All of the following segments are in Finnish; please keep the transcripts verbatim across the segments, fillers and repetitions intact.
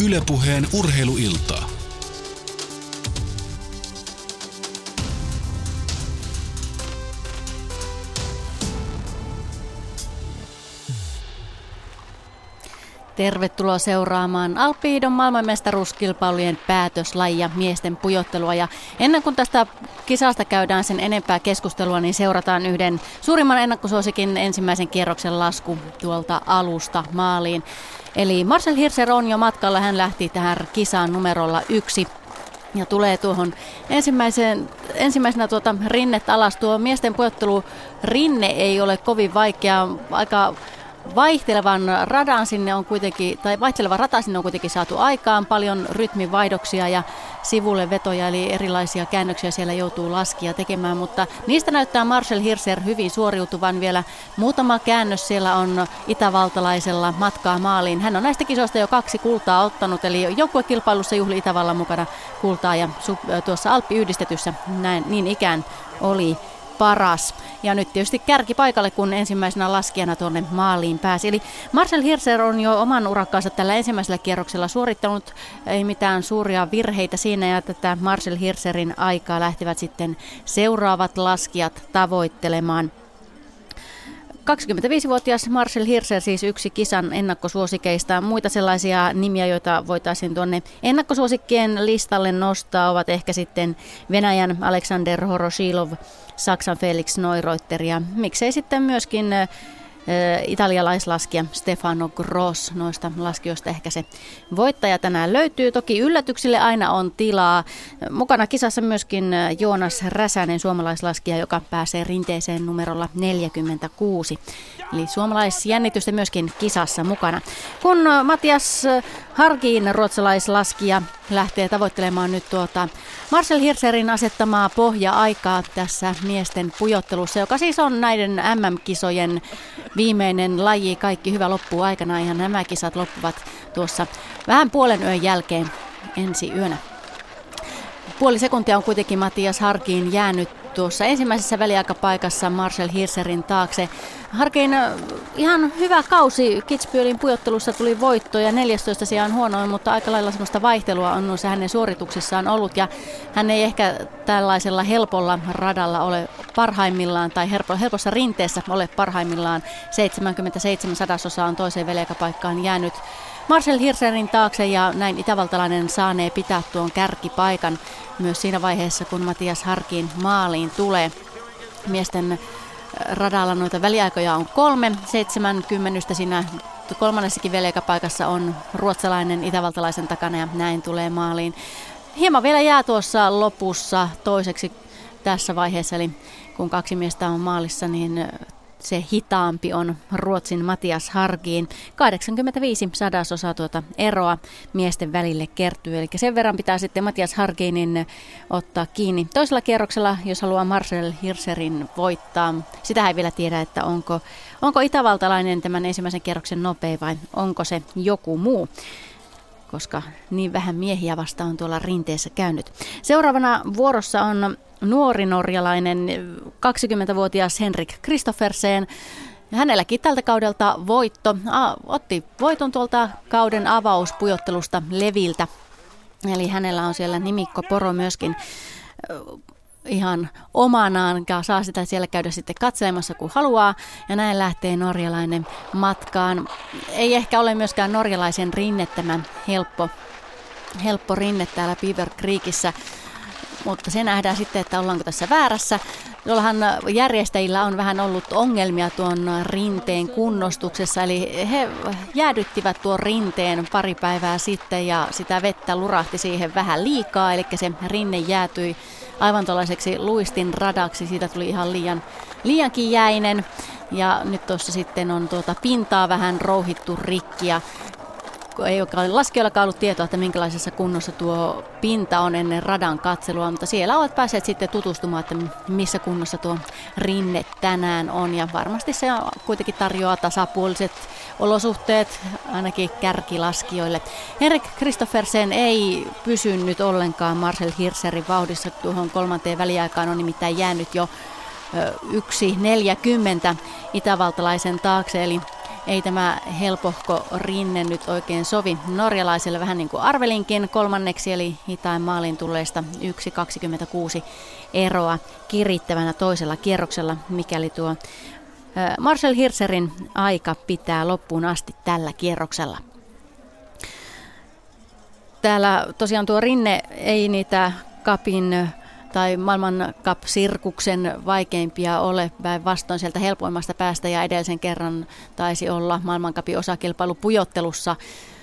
Yle Puheen urheiluiltaa. Tervetuloa seuraamaan Alppihiihdon maailmanmestaruuskilpailujen päätöslajia miesten pujottelua. Ja ennen kuin tästä kisasta käydään sen enempää keskustelua, niin seurataan yhden suurimman ennakkosuosikin ensimmäisen kierroksen lasku tuolta alusta maaliin. Eli Marcel Hirscher on jo matkalla, hän lähti tähän kisaan numerolla yksi. Ja tulee tuohon ensimmäisen, ensimmäisenä tuota rinnet alas. Tuo miesten pujottelu rinne ei ole kovin vaikea, aika vaihtelevan radan sinne on kuitenkin, tai vaihteleva rata sinne on kuitenkin saatu aikaan, paljon rytminvaihdoksia ja sivulle vetoja, eli erilaisia käännöksiä siellä joutuu laskia tekemään, mutta niistä näyttää Marcel Hirscher hyvin suoriutuvan. Vielä muutama käännös siellä on itävaltalaisella matkaa maaliin. Hän on näistä kisoista jo kaksi kultaa ottanut, eli joukkuekilpailussa juhli Itävallan mukana kultaa ja tuossa Alppi-yhdistetyssä näin, niin ikään oli paras. Ja nyt tietysti kärki paikalle, kun ensimmäisenä laskijana tuonne maaliin pääsi. Eli Marcel Hirscher on jo oman urakkaansa tällä ensimmäisellä kierroksella suorittanut, ei mitään suuria virheitä siinä, ja tätä Marcel Hirscherin aikaa lähtivät sitten seuraavat laskijat tavoittelemaan. kaksikymmentäviisivuotias Marcel Hirscher, siis yksi kisan ennakkosuosikeista. Muita sellaisia nimiä, joita voitaisiin tuonne ennakkosuosikkien listalle nostaa, ovat ehkä sitten Venäjän Alexander Horoshilov, Saksan Felix Neureuter ja miksei sitten myöskin ä, italialaislaskija Stefano Gross. Noista laskijoista ehkä se voittaja tänään löytyy. Toki yllätyksille aina on tilaa. Mukana kisassa myöskin Joonas Räsänen, suomalaislaskija, joka pääsee rinteeseen numerolla neljäkymmentäkuusi. Eli suomalaisjännitystä myöskin kisassa mukana. Kun Matias Hargin, ruotsalaislaskija, lähtee tavoittelemaan nyt tuota Marcel Hirscherin asettamaa pohja-aikaa tässä miesten pujottelussa, joka siis on näiden äm äm-kisojen viimeinen laji. Kaikki hyvä loppuu aikana, ihan nämä kisat loppuvat tuossa vähän puolen yön jälkeen ensi yönä. Puoli sekuntia on kuitenkin Matias Hargin jäänyt tuossa ensimmäisessä väliaikapaikassa Marcel Hirscherin taakse. Hargin ihan hyvä kausi Kitzbühelin pujottelussa, tuli voitto ja neljästoista sijaan huonoin, mutta aika lailla sellaista vaihtelua on noissa hänen suorituksissaan ollut ja hän ei ehkä tällaisella helpolla radalla ole parhaimmillaan tai helpossa rinteessä ole parhaimmillaan. seitsemänkymmentäseitsemän sadasosaa on toiseen väliaikapaikkaan jäänyt Marcel Hirscherin taakse ja näin itävaltalainen saanee pitää tuon kärkipaikan myös siinä vaiheessa, kun Matias Hargin maaliin tulee. Miesten radalla noita väliaikoja on kolme, seitsemänkymmentä siinä kolmannessakin väliaikapaikassa on ruotsalainen itävaltalaisen takana ja näin tulee maaliin. Hieman vielä jää tuossa lopussa toiseksi tässä vaiheessa, eli kun kaksi miestä on maalissa, niin se hitaampi on Ruotsin Matias Hargin. kahdeksankymmentäviisi sadasosaa tuota eroa miesten välille kertyy. Eli sen verran pitää sitten Matias Harginin ottaa kiinni toisella kierroksella, jos haluaa Marcel Hirscherin voittaa. Sitä ei vielä tiedä, että onko, onko itävaltalainen tämän ensimmäisen kierroksen nopea vai onko se joku muu, koska niin vähän miehiä vasta on tuolla rinteessä käynyt. Seuraavana vuorossa on nuori norjalainen kaksikymmentävuotias Henrik Kristoffersen. Hänelläkin tältä kaudelta voitto. A, otti voiton tuolta kauden avauspujottelusta Leviltä. Eli hänellä on siellä nimikko poro myöskin ihan omanaan. Saa sitä siellä käydä sitten katselemassa kun haluaa. Ja näin lähtee norjalainen matkaan. Ei ehkä ole myöskään norjalaisen rinne tämän helppo, helppo rinne täällä Beaver Creekissä. Mutta se nähdään sitten, että ollaanko tässä väärässä. Tuollahan järjestäjillä on vähän ollut ongelmia tuon rinteen kunnostuksessa, eli he jäädyttivät tuon rinteen pari päivää sitten ja sitä vettä lurahti siihen vähän liikaa, eli se rinne jäätyi aivan tuollaiseksi luistin radaksi, siitä tuli ihan liian, liiankin jäinen ja nyt tuossa sitten on tuota pintaa vähän rouhittu rikki ja ei ole laskijoillakaan ollut tietoa, että minkälaisessa kunnossa tuo pinta on ennen radan katselua, mutta siellä ovat päässeet sitten tutustumaan, että missä kunnossa tuo rinne tänään on. Ja varmasti se kuitenkin tarjoaa tasapuoliset olosuhteet ainakin kärkilaskijoille. Henrik Kristoffersen ei pysynyt ollenkaan Marcel Hirscherin vauhdissa. Tuohon kolmanteen väliaikaan on nimittäin jäänyt jo yksi neljäkymmentä itävaltalaisen taakse, eli ei tämä helpohko rinne nyt oikein sovi norjalaiselle, vähän niin kuin arvelinkin kolmanneksi, eli hitain maalin tulleesta yksi kaksikymmentäkuusi eroa kirittävänä toisella kierroksella, mikäli tuo Marcel Hirscherin aika pitää loppuun asti tällä kierroksella. Täällä tosiaan tuo rinne ei niitä kapin tai maailmankap-sirkuksen vaikeimpia ole, päinvastoin sieltä helpoimmasta päästä, ja edellisen kerran taisi olla maailmankapin osakilpailu pujottelussa,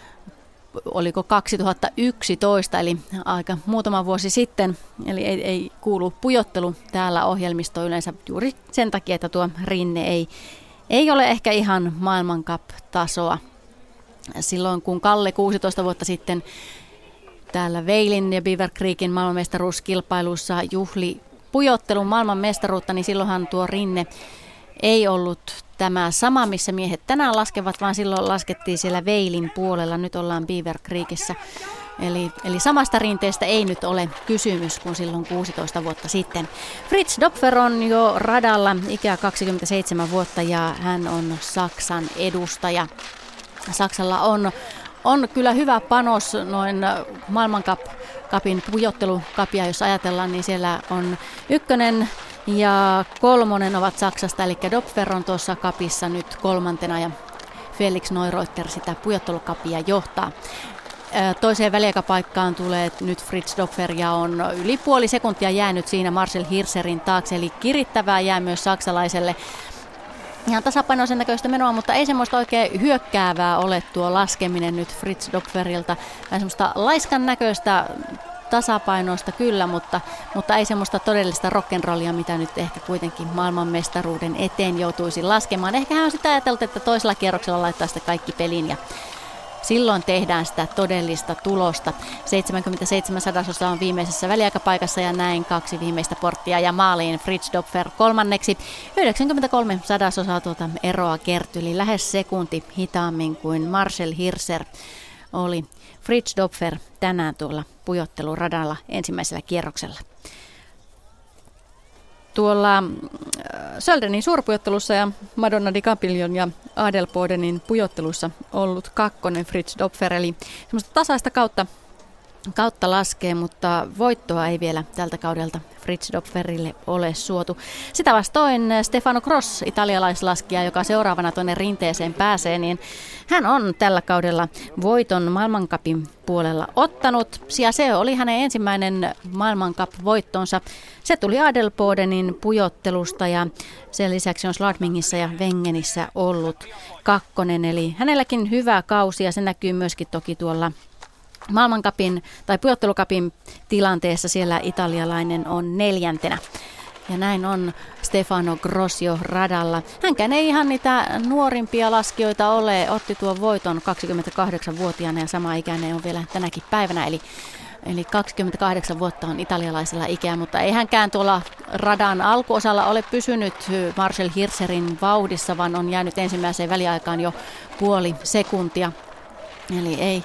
oliko kaksituhattayksitoista, eli aika muutama vuosi sitten, eli ei, ei kuulu pujottelu täällä ohjelmistoon yleensä juuri sen takia, että tuo rinne ei, ei ole ehkä ihan maailmankap-tasoa. Silloin kun Kalle kuusitoista vuotta sitten täällä Veilin ja Beaver Creekin maailmanmestaruuskilpailussa juhli pujottelun maailmanmestaruutta, niin silloinhan tuo rinne ei ollut tämä sama, missä miehet tänään laskevat, vaan silloin laskettiin siellä Veilin puolella. Nyt ollaan Beaver Creekissä. Eli, eli samasta rinteestä ei nyt ole kysymys kuin silloin kuusitoista vuotta sitten. Fritz Dopfer on jo radalla, ikää kaksikymmentäseitsemän vuotta, ja hän on Saksan edustaja. Saksalla on, on kyllä hyvä panos noin maailmankapin pujottelukapia, jos ajatellaan, niin siellä on ykkönen ja kolmonen ovat Saksasta, eli Dopfer on tuossa kapissa nyt kolmantena ja Felix Neureuter sitä pujottelukapia johtaa. Toiseen väliaikapaikkaan tulee nyt Fritz Dopfer ja on yli puoli sekuntia jäänyt siinä Marcel Hirscherin taakse, eli kirittävää jää myös saksalaiselle. Ihan tasapainoisen näköistä menoa, mutta ei semmoista oikein hyökkäävää ole tuo laskeminen nyt Fritz Dopferilta. Vähän semmoista laiskan näköistä tasapainoista kyllä, mutta, mutta ei semmoista todellista rock'n'rollia, mitä nyt ehkä kuitenkin maailmanmestaruuden eteen joutuisi laskemaan. Ehkä hän on sitä ajatellut, että toisella kierroksella laittaa sitä kaikki peliin ja silloin tehdään sitä todellista tulosta. seitsemänkymmentäseitsemän sadasosaa on viimeisessä väliaikapaikassa ja näin kaksi viimeistä porttia ja maaliin Fritz Dopfer kolmanneksi. yhdeksänkymmentäkolme sadasosaa tuota eroa kertyi, eli lähes sekunti hitaammin kuin Marcel Hirscher oli Fritz Dopfer tänään tuolla pujotteluradalla ensimmäisellä kierroksella. Tuolla Söldenin suurpujottelussa ja Madonna di Campiglion ja Adelbodenin pujottelussa ollut kakkonen Fritz Dopfer, eli semmoista tasaista kautta, kautta laskee, mutta voittoa ei vielä tältä kaudelta Fritz Dopferille ole suotu. Sitä vastoin Stefano Gross, italialaislaskija, joka seuraavana tuonne rinteeseen pääsee, niin hän on tällä kaudella voiton maailmankapin puolella ottanut. Ja se oli hänen ensimmäinen maailmankap-voittonsa. Se tuli Adelbodenin pujottelusta ja sen lisäksi on Schladmingissa ja Wengenissä ollut kakkonen. Eli hänelläkin hyvä kausi ja se näkyy myöskin toki tuolla maailmankapin tai pujottelukapin tilanteessa, siellä italialainen on neljäntenä. Ja näin on Stefano Gross jo radalla. Hänkään ei ihan niitä nuorimpia laskijoita ole. Otti tuon voiton kaksikymmentäkahdeksanvuotiaana ja sama ikäinen on vielä tänäkin päivänä. Eli, eli kaksikymmentäkahdeksan vuotta on italialaisella ikää, mutta ei hänkään tuolla radan alkuosalla ole pysynyt Marcel Hirscherin vauhdissa, vaan on jäänyt ensimmäiseen väliaikaan jo puoli sekuntia. Eli ei...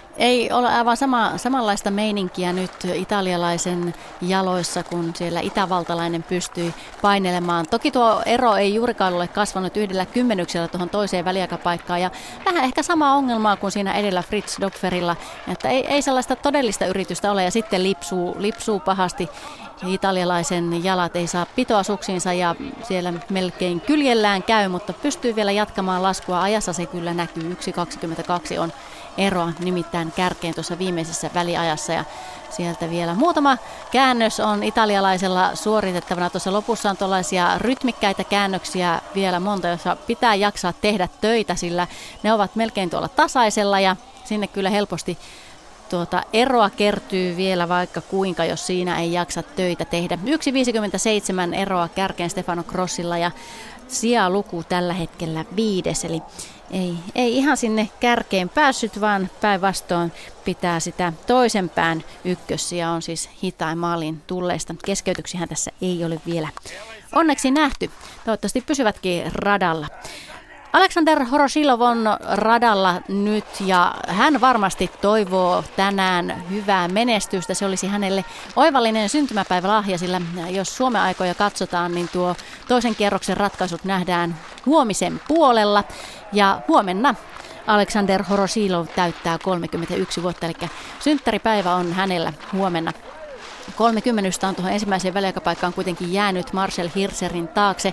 Ei ole aivan sama, samanlaista meininkiä nyt italialaisen jaloissa, kun siellä itävaltalainen pystyi painelemaan. Toki tuo ero ei juurikaan ole kasvanut yhdellä kymmenyksellä tuohon toiseen väliaikapaikkaan. Ja vähän ehkä sama ongelmaa kuin siinä edellä Fritz Dopferilla, että ei, ei sellaista todellista yritystä ole ja sitten lipsuu, lipsuu pahasti. Italialaisen jalat ei saa pitoa suksiinsa ja siellä melkein kyljellään käy, mutta pystyy vielä jatkamaan laskua. Ajassa se kyllä näkyy. yksi kaksikymmentäkaksi on eroa nimittäin kärkeen tuossa viimeisessä väliajassa ja sieltä vielä muutama käännös on italialaisella suoritettavana. Tuossa lopussa on tuollaisia rytmikkäitä käännöksiä vielä monta, joissa pitää jaksaa tehdä töitä, sillä ne ovat melkein tuolla tasaisella ja sinne kyllä helposti tuota eroa kertyy vielä vaikka kuinka, jos siinä ei jaksa töitä tehdä. yksi viisikymmentäseitsemän eroa kärkeen Stefano Grossilla ja sijaluku tällä hetkellä viides, eli ei, ei ihan sinne kärkeen päässyt, vaan päinvastoin pitää sitä toisen pään ykkössiä on siis hitain maalin tulleista. Keskeytyksihän tässä ei ole vielä onneksi nähty. Toivottavasti pysyvätkin radalla. Alexander Horoshilov on radalla nyt ja hän varmasti toivoo tänään hyvää menestystä. Se olisi hänelle oivallinen syntymäpäivälahja, sillä jos Suomen aikoja katsotaan, niin tuo toisen kierroksen ratkaisut nähdään huomisen puolella. Ja huomenna Alexander Horoshilov täyttää kolmekymmentäyksi vuotta, eli synttäripäivä on hänellä huomenna. kolmekymmentä on tuohon ensimmäiseen väliaikapaikkaan kuitenkin jäänyt Marcel Hirserin taakse.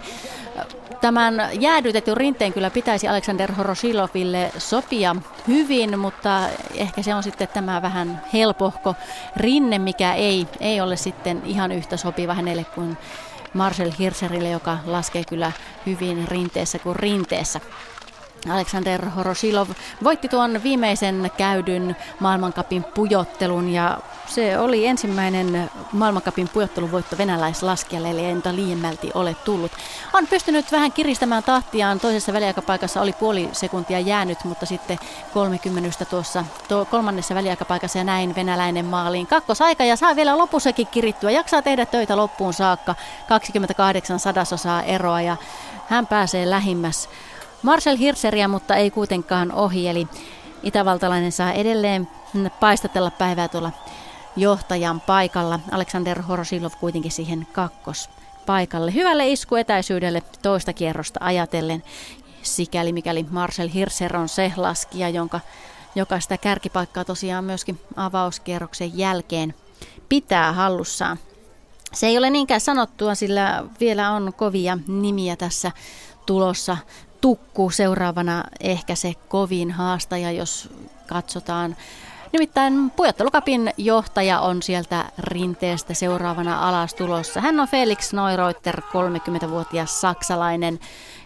Tämän jäädytetyn rinteen kyllä pitäisi Alexander Horoshiloville sopia hyvin, mutta ehkä se on sitten tämä vähän helpohko rinne, mikä ei, ei ole sitten ihan yhtä sopiva hänelle kuin Marcel Hirserille, joka laskee kyllä hyvin rinteessä kuin rinteessä. Alexander Horoshilov voitti tuon viimeisen käydyn maailmancupin pujottelun ja se oli ensimmäinen maailmancupin pujotteluvoitto venäläislaskijalle, eli ei niitä liiemmälti ole tullut. On pystynyt vähän kiristämään tahtiaan, toisessa väliaikapaikassa oli puoli sekuntia jäänyt, mutta sitten kolmekymmentä tuossa to, kolmannessa väliaikapaikassa ja näin venäläinen maaliin kakkosaika ja saa vielä lopussakin kirittyä, jaksaa tehdä töitä loppuun saakka, kaksikymmentäkahdeksan sadasosaa eroa ja hän pääsee lähimmäs Marcel Hirseriä, mutta ei kuitenkaan ohi, eli itävaltalainen saa edelleen paistatella päivää tuolla johtajan paikalla. Alexander Horoshilov kuitenkin siihen kakkospaikalle. Hyvälle iskuetäisyydelle toista kierrosta ajatellen, sikäli mikäli Marcel Hirser on se laskija, jonka, joka sitä kärkipaikkaa tosiaan myöskin avauskierroksen jälkeen pitää hallussaan. Se ei ole niinkään sanottua, sillä vielä on kovia nimiä tässä tulossa. Tukku seuraavana ehkä se kovin haastaja, jos katsotaan. Nimittäin pujottelukapin johtaja on sieltä rinteestä seuraavana alas tulossa. Hän on Felix Neureuter, kolmekymmentävuotias saksalainen.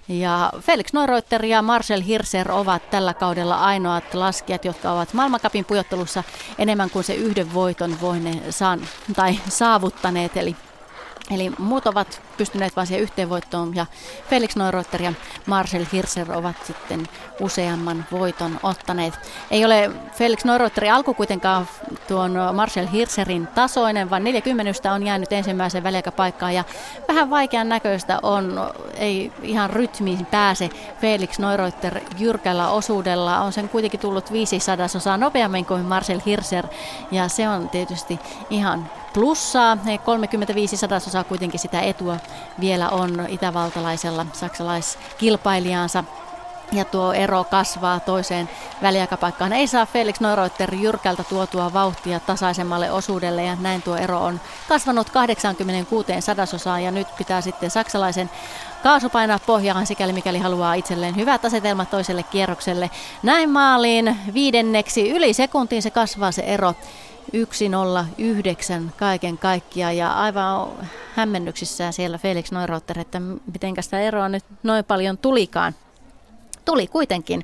Ja Felix Neureuter ja Marcel Hirser ovat tällä kaudella ainoat laskijat, jotka ovat maailmancupin pujottelussa enemmän kuin se yhden voiton voine saan, tai saavuttaneet. Eli Eli muut ovat pystyneet vain siihen yhteen voittoon ja Felix Neureuter ja Marcel Hirser ovat sitten useamman voiton ottaneet. Ei ole Felix Neureuterin alku kuitenkaan tuon Marcel Hirserin tasoinen, vaan neljäkymmentä on jäänyt ensimmäisen väliaikapaikkaan ja vähän vaikean näköistä on, ei ihan rytmiin pääse Felix Neureuter jyrkällä osuudella. On sen kuitenkin tullut viisi sadasosaa nopeammin kuin Marcel Hirser ja se on tietysti ihan plussaa. kolmekymmentäviisi sadasosaa kuitenkin sitä etua vielä on itävaltalaisella saksalaiskilpailijaansa. Ja tuo ero kasvaa toiseen väliaikapaikkaan. Ei saa Felix Neureuter jyrkältä tuotua vauhtia tasaisemmalle osuudelle ja näin tuo ero on kasvanut kahdeksankymmentäkuusi sadasosaan ja nyt pitää sitten saksalaisen kaasu painaa pohjaan sikäli mikäli haluaa itselleen hyvät asetelmat toiselle kierrokselle. Näin maaliin viidenneksi yli sekuntiin se kasvaa se ero. yksi nolla yhdeksän kaiken kaikkiaan ja aivan hämmennyksissään siellä Felix Neureuter, että mitenkä sitä eroa nyt noin paljon tulikaan. Tuli kuitenkin.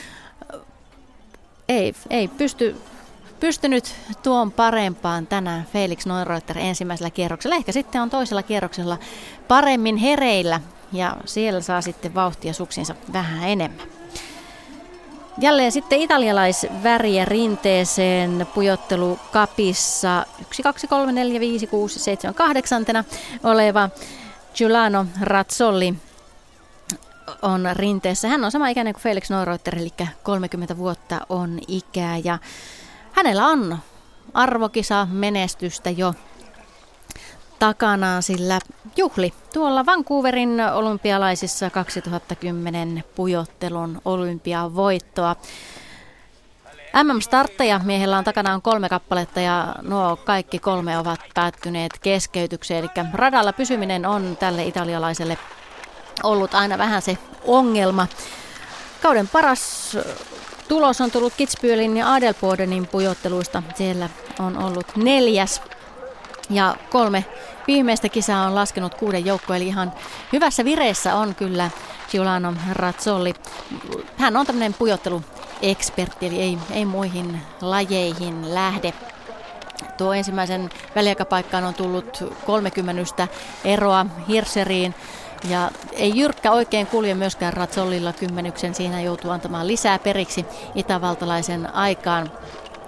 Ei, ei pysty, pystynyt tuon parempaan tänään Felix Neureuter ensimmäisellä kierroksella. Ehkä sitten on toisella kierroksella paremmin hereillä ja siellä saa sitten vauhtia suksinsa vähän enemmän. Jälleen sitten italialaisväriä rinteeseen pujottelukapissa yksi, kaksi, kolme, neljä, viisi, kuusi, seitsemän, kahdeksantena oleva Giuliano Razzolli on rinteessä. Hän on sama ikäinen kuin Felix Neureuter, eli kolmekymmentä vuotta on ikää ja hänellä on arvokisa menestystä jo takanaan, sillä juhli tuolla Vancouverin olympialaisissa kaksituhattakymmenen pujottelun olympiavoittoa. M M-startteja miehellä on takanaan kolme kappaletta ja nuo kaikki kolme ovat päättyneet keskeytykseen. Eli radalla pysyminen on tälle italialaiselle ollut aina vähän se ongelma. Kauden paras tulos on tullut Kitzbühelin ja Adelbodenin pujotteluista. Siellä on ollut neljäs. Ja kolme viimeistä kisaa on laskenut kuuden joukkoon, eli ihan hyvässä vireessä on kyllä Giuliano Razzolli. Hän on tämmöinen pujotteluekspertti, eli ei, ei muihin lajeihin lähde. Tuo ensimmäisen väliaikapaikkaan on tullut kolmekymmentä eroa Hirseriin. Ja ei jyrkkä oikein kulje myöskään Razzollilla kymmenyksen, siinä joutuu antamaan lisää periksi itävaltalaisen aikaan.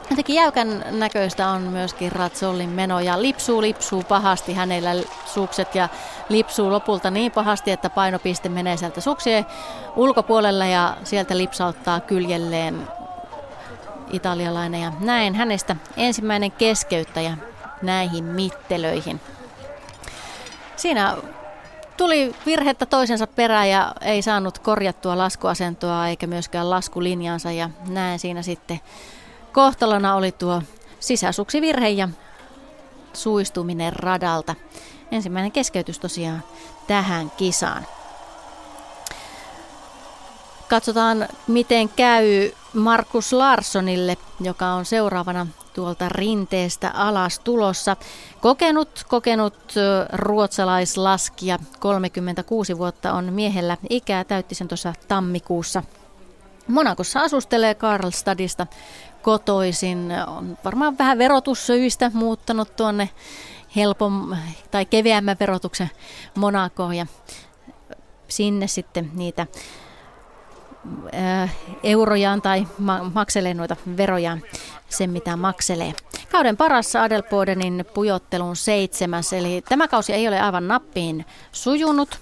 Jotenkin jäykän näköistä on myöskin Razzollin meno ja lipsuu lipsuu pahasti hänellä sukset ja lipsuu lopulta niin pahasti, että painopiste menee sieltä suksien ulkopuolelle ja sieltä lipsauttaa kyljelleen italialainen ja näin hänestä ensimmäinen keskeyttäjä näihin mittelöihin. Siinä tuli virhettä toisensa perään ja ei saanut korjattua laskuasentoa eikä myöskään laskulinjansa ja näin siinä sitten kohtalona oli tuo sisäsuksivirhe ja suistuminen radalta. Ensimmäinen keskeytys tosiaan tähän kisaan. Katsotaan, miten käy Markus Larssonille, joka on seuraavana tuolta rinteestä alas tulossa. Kokenut, kokenut ruotsalaislaskija, kolmekymmentäkuusi vuotta on miehellä ikää, täytti sen tuossa tammikuussa. Monakossa asustelee Karlstadista kotoisin, on varmaan vähän verotussyistä muuttanut tuonne helpom tai keveämmän verotuksen Monakoon ja sinne sitten niitä eurojaan tai ma- makselee noita verojaan sen mitä makselee. Kauden paras Adelbodenin pujottelun seitsemäs, eli tämä kausi ei ole aivan nappiin sujunut.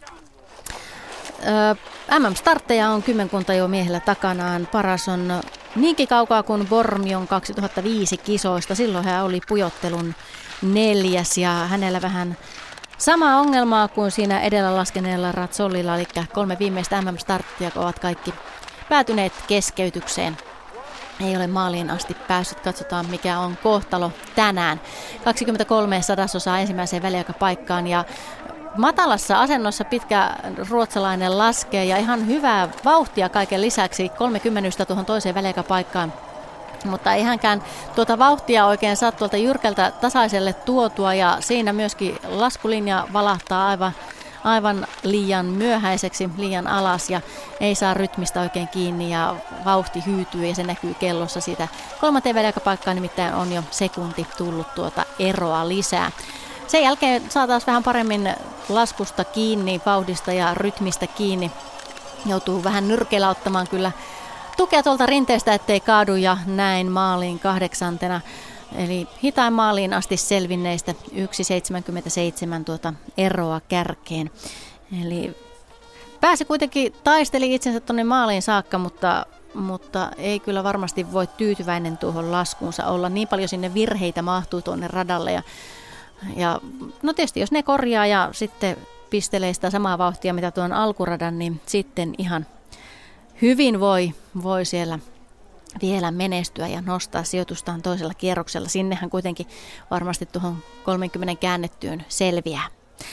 M M-startteja on kymmenkunta jo miehellä takanaan. Paras on niinkin kaukaa kuin Bormion kaksituhattaviisi kisoista. Silloin hän oli pujottelun neljäs ja hänellä vähän samaa ongelmaa kuin siinä edellä laskeneella Razzollilla, eli kolme viimeistä M M-starttia ovat kaikki päätyneet keskeytykseen. Ei ole maaliin asti päässyt. Katsotaan mikä on kohtalo tänään. kaksikymmentäkolme sadasosaa ensimmäiseen väliaikapaikkaan ja matalassa asennossa pitkä ruotsalainen laskee ja ihan hyvää vauhtia kaiken lisäksi kolmekymmentä tuohon toiseen väliaikapaikkaan. Mutta ei hänkään tuota vauhtia oikein saa tuolta jyrkältä tasaiselle tuotua ja siinä myöskin laskulinja valahtaa aivan, aivan liian myöhäiseksi, liian alas ja ei saa rytmistä oikein kiinni ja vauhti hyytyy ja se näkyy kellossa siitä. Kolmanteen väliaikapaikkaan nimittäin on jo sekunti tullut tuota eroa lisää. Sen jälkeen saa taas vähän paremmin laskusta kiinni, vauhdista ja rytmistä kiinni. Joutuu vähän nyrkeillä ottamaan kyllä tukea tuolta rinteestä, ettei kaadu ja näin maaliin kahdeksantena. Eli hitain maaliin asti selvinneistä yksi seitsemänkymmentäseitsemän tuota eroa kärkeen. Eli pääsi kuitenkin, taisteli itsensä tuonne maaliin saakka, mutta, mutta ei kyllä varmasti voi tyytyväinen tuohon laskuunsa olla. Niin paljon sinne virheitä mahtuu tuonne radalle ja Ja no tietysti jos ne korjaa ja sitten pistelee sitä samaa vauhtia mitä tuon alkuradan, niin sitten ihan hyvin voi, voi siellä vielä menestyä ja nostaa sijoitustaan toisella kierroksella. Sinnehän kuitenkin varmasti tuohon kolmekymmentä käännettyyn selviää.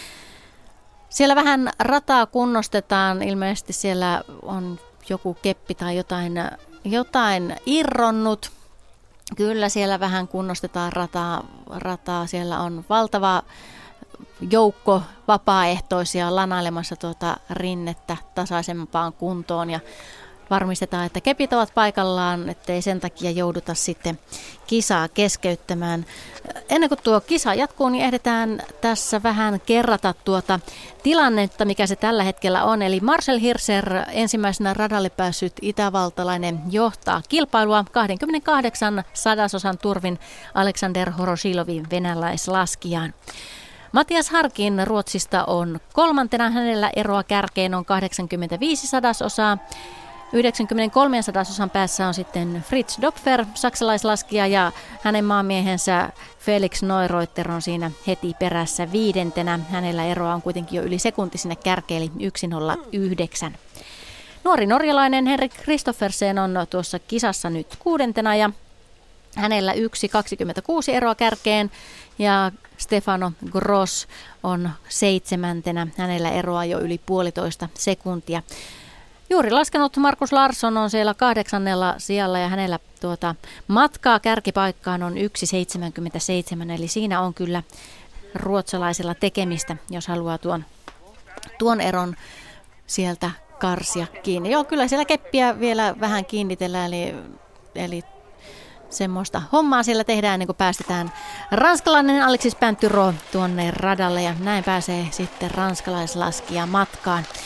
Siellä vähän rataa kunnostetaan, ilmeisesti siellä on joku keppi tai jotain, jotain irronnut. Kyllä siellä vähän kunnostetaan rataa, rataa. Siellä on valtava joukko vapaaehtoisia lanailemassa tuota rinnettä tasaisempaan kuntoon ja varmistetaan, että kepit ovat paikallaan, ettei sen takia jouduta sitten kisaa keskeyttämään. Ennen kuin tuo kisa jatkuu, niin ehditään tässä vähän kerrata tuota tilannetta, mikä se tällä hetkellä on. Eli Marcel Hirscher, ensimmäisenä radalle päässyt itävaltalainen, johtaa kilpailua kaksikymmentäkahdeksan sadasosan turvin Alexander Horoshilovin venäläislaskijaan. Matias Harkin Ruotsista on kolmantena, hänellä eroa kärkeen on kahdeksankymmentäviisi sadasosaa. yhdeksänkymmentäkolme sadasosan päässä on sitten Fritz Dopfer, saksalaislaskija, ja hänen maamiehensä Felix Neureuter on siinä heti perässä viidentenä. Hänellä eroa on kuitenkin jo yli sekunti sinne kärkeen, eli yksi nolla yhdeksän. Nuori norjalainen Henrik Kristoffersen on tuossa kisassa nyt kuudentena, ja hänellä yksi kaksikymmentäkuusi eroa kärkeen, ja Stefano Gross on seitsemäntenä. Hänellä eroa jo yli puolitoista sekuntia. Juuri laskenut Markus Larsson on siellä kahdeksannella sijalla ja hänellä tuota matkaa kärkipaikkaan on yksi seitsemänkymmentäseitsemän, eli siinä on kyllä ruotsalaisella tekemistä, jos haluaa tuon, tuon eron sieltä karsia kiinni. Joo, kyllä siellä keppiä vielä vähän kiinnitellään, eli, eli semmoista hommaa siellä tehdään ennen kuin päästetään ranskalainen Alexis Pinturault tuonne radalle ja näin pääsee sitten ranskalaislaskija matkaan.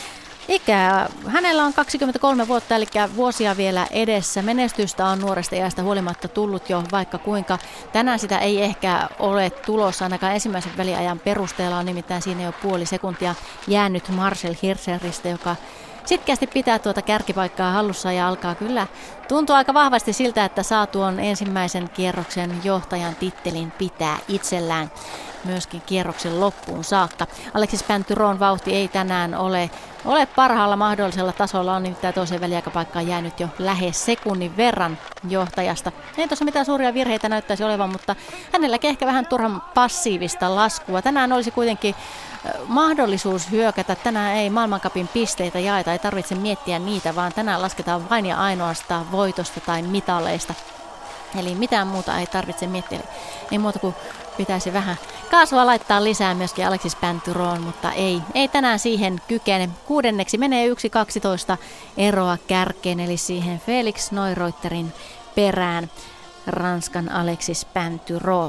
Ikää. Hänellä on kaksikymmentäkolme vuotta, eli vuosia vielä edessä. Menestystä on nuoresta iästä huolimatta tullut jo vaikka kuinka. Tänään sitä ei ehkä ole tulossa, ainakaan ensimmäisen väliajan perusteella on nimittäin siinä jo puoli sekuntia jäänyt Marcel Hirscheristä, joka sitkeästi pitää tuota kärkipaikkaa hallussa ja alkaa kyllä tuntua aika vahvasti siltä, että saa tuon ensimmäisen kierroksen johtajan tittelin pitää itsellään myöskin kierroksen loppuun saakka. Alexis Pinturault'n vauhti ei tänään ole, ole parhaalla mahdollisella tasolla, on nimittäin toiseen väliaikapaikkaan jäänyt jo lähes sekunnin verran johtajasta. Ei tuossa mitään suuria virheitä näyttäisi olevan, mutta hänelläkin ehkä vähän turhan passiivista laskua. Tänään olisi kuitenkin mahdollisuus hyökätä. Tänään ei maailmancupin pisteitä jaeta, ei tarvitse miettiä niitä, vaan tänään lasketaan vain ja ainoastaan voitosta tai mitaleista. Eli mitään muuta ei tarvitse miettiä. Ei muuta kuin pitäisi vähän kaasua laittaa lisää myöskin Alexis Pinturault'n, mutta ei, ei tänään siihen kykene. Kuudenneksi menee yksi kaksitoista eroa kärkeen, eli siihen Felix Neureuterin perään Ranskan Alexis Pinturault.